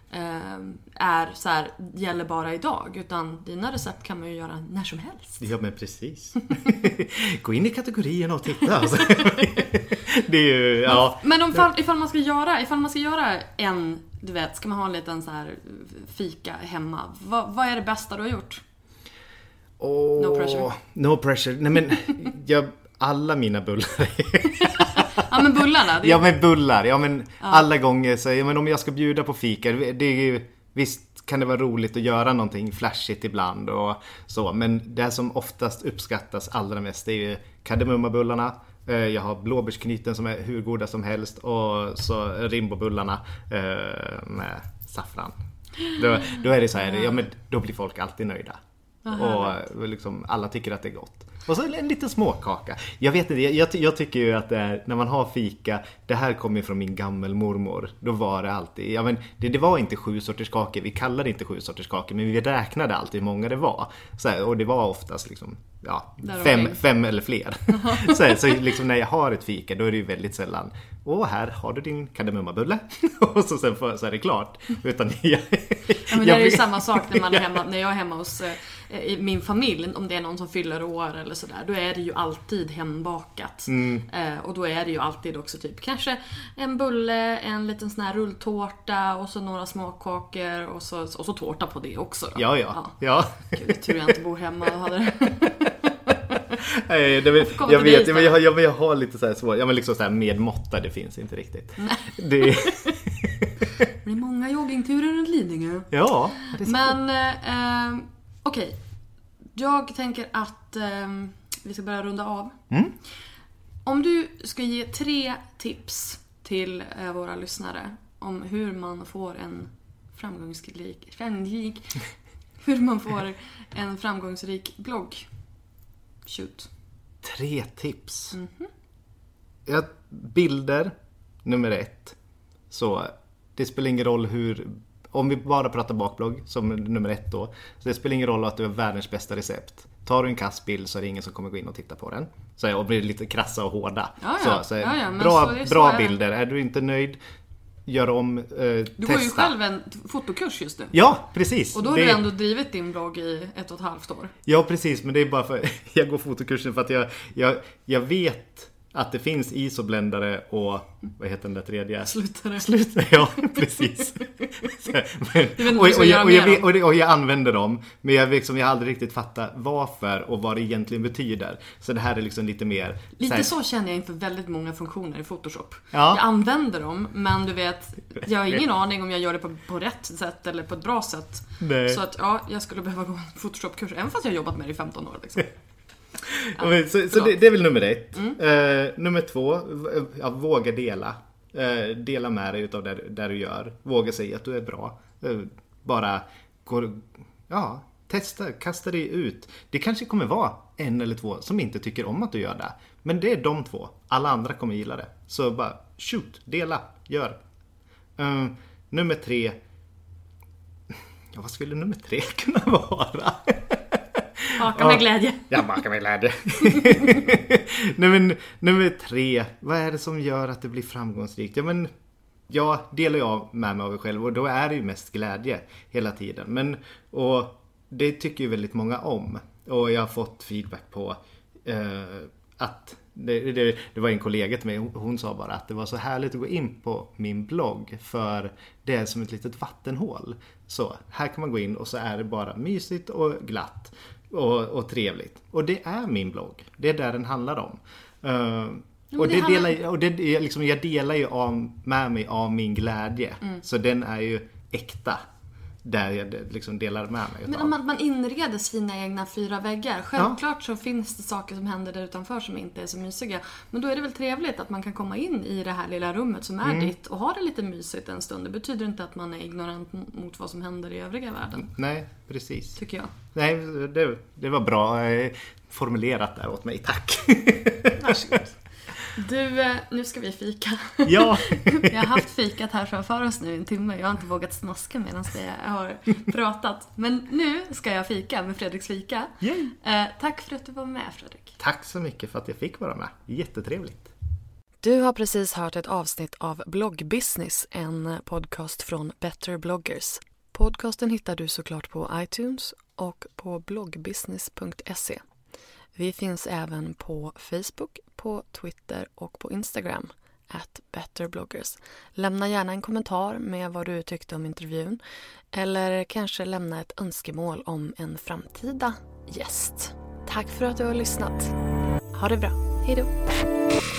är så här, gäller bara idag, utan dina recept kan man ju göra när som helst. Ja, men precis. Gå in i kategorierna och titta. Alltså. Det är ju, ja. Men om fall, ifall man ska göra ifall man ska göra en, du vet, ska man ha en liten så här fika hemma, vad, vad är det bästa du har gjort? Oh, no pressure. No pressure. Nej, men jag, alla mina bullar. Ja, men bullarna. Det är... Ja, men bullar. Ja, men ja. Alla gånger så, ja, men om jag ska bjuda på fika, det är ju, visst kan det vara roligt att göra någonting flashigt ibland och så, men det som oftast uppskattas allra mest är ju kardemummabullarna. Jag har blåbärsknyten som är hur goda som helst och så rimbobullarna med saffran. Då, då är det så här, ja, men då blir folk alltid nöjda. Aha, och liksom, alla tycker att det är gott. Och så en liten småkaka. Jag vet inte, jag, jag tycker ju att det är, när man har fika, det här kommer från min gammelmormor. Då var det alltid, ja, men det, det var inte sju sorters kakor. Vi kallade inte sju sorters kakor, men vi räknade alltid hur många det var. Så här, och det var oftast liksom, ja, fem, fem eller fler. så här, så liksom när jag har ett fika, då är det ju väldigt sällan, åh, här har du din kardemummabulle. och så sen för, så är det klart. Utan jag, ja, men det är ju samma sak när man är hemma, när jag är hemma hos i min familj, om det är någon som fyller år eller sådär, då är det ju alltid hembakat. Mm. Eh, och då är det ju alltid också typ kanske en bulle, en liten sån här rulltårta och så några småkakor och så, och så tårta på det också då. Ja, ja. ja. ja. Gud, tur jag inte bor hemma och hade det. Nej, det vet, jag vet, men jag, jag, jag har lite så här svårt, ja, men liksom så här med måtta, det finns inte riktigt. Det... det är många joggingturer runt Lidingö. Ja, det är men eh, okej, okay. Jag tänker att eh, vi ska börja runda av. Mm. Om du ska ge tre tips till eh, våra lyssnare om hur man får en framgångsrik, framgångsrik hur man får en framgångsrik blogg. Shoot. Tre tips. Mm-hmm. Ja, bilder, nummer ett. Så det spelar ingen roll hur, om vi bara pratar bakblogg som nummer ett då, så det spelar ingen roll att du har världens bästa recept. Tar du en kastbild så är det ingen som kommer gå in och titta på den. Så och blir lite krassa och hårda. Ja, ja. Så, så ja, ja, bra, så bra är bilder. Är du inte nöjd, gör om, eh, du testa. Du går ju själv en fotokurs just nu. Ja, precis. Och då har det... du ändå drivit din blogg i ett och ett halvt år. Ja, precis. Men det är bara för jag går fotokursen för att jag, jag, jag vet att det finns isobländare och vad heter den där tredje? Slutare. Slutare, ja, precis. men, och, och, jag, och, jag, och, och jag använder dem, men jag, liksom, jag har aldrig riktigt fattat varför och vad det egentligen betyder. Så det här är liksom lite mer... Lite här... så känner jag inför väldigt många funktioner i Photoshop. Ja. Jag använder dem, men du vet, jag har ingen aning om jag gör det på, på rätt sätt eller på ett bra sätt. Nej. Så att ja, jag skulle behöva gå en Photoshop-kurs, även fast jag har jobbat med det i femton år liksom. Ja, så så det, det är väl nummer ett. Mm. Uh, nummer två, ja, våga dela. Uh, dela med dig utav det där du gör. Våga säga att du är bra. Uh, bara går, ja, testa, kasta dig ut. Det kanske kommer vara en eller två som inte tycker om att du gör det. Men det är de två. Alla andra kommer gilla det. Så bara shoot, dela, gör. Uh, nummer tre. Ja, vad skulle nummer tre kunna vara? Baka med glädje. Ja, baka med glädje. Nej, men, nummer tre. Vad är det som gör att det blir framgångsrikt? Ja, men jag delar jag med mig av mig själv. Och då är det ju mest glädje hela tiden. Men, och det tycker ju väldigt många om. Och jag har fått feedback på eh, att det, det, det var en kollega till mig. Hon, hon sa bara att det var så härligt att gå in på min blogg. För det är som ett litet vattenhål. Så här kan man gå in och så är det bara mysigt och glatt. Och, och trevligt. Och det är min blogg. Det är där den handlar om. Uh, jo, och det, det handlar... delar, och det är liksom, jag delar ju av, med mig av min glädje. Mm. Så den är ju äkta. Där jag liksom delar med mig. Men om man, man inreder sina egna fyra väggar. Självklart så finns det saker som händer där utanför som inte är så mysiga. Men då är det väl trevligt att man kan komma in i det här lilla rummet som är mm. ditt och ha det lite mysigt en stund. Det betyder inte att man är ignorant mot vad som händer i övriga världen. Nej, precis. Tycker jag. Nej, det, det var bra formulerat där åt mig. Tack. Varsågod. Du, nu ska vi fika. Ja. Jag har haft fikat här framför oss nu en timme. Jag har inte vågat snaska medan jag har pratat. Men nu ska jag fika med Fredriks fika. Eh, tack för att du var med, Fredrik. Tack så mycket för att jag fick vara med. Jättetrevligt. Du har precis hört ett avsnitt av Bloggbusiness, en podcast från Better bloggers. Podcasten hittar du såklart på iTunes och på bloggbusiness punkt se. Vi finns även på Facebook, på Twitter och på Instagram, at betterbloggers. Lämna gärna en kommentar med vad du tyckte om intervjun eller kanske lämna ett önskemål om en framtida gäst. Tack för att du har lyssnat. Ha det bra. Hej då!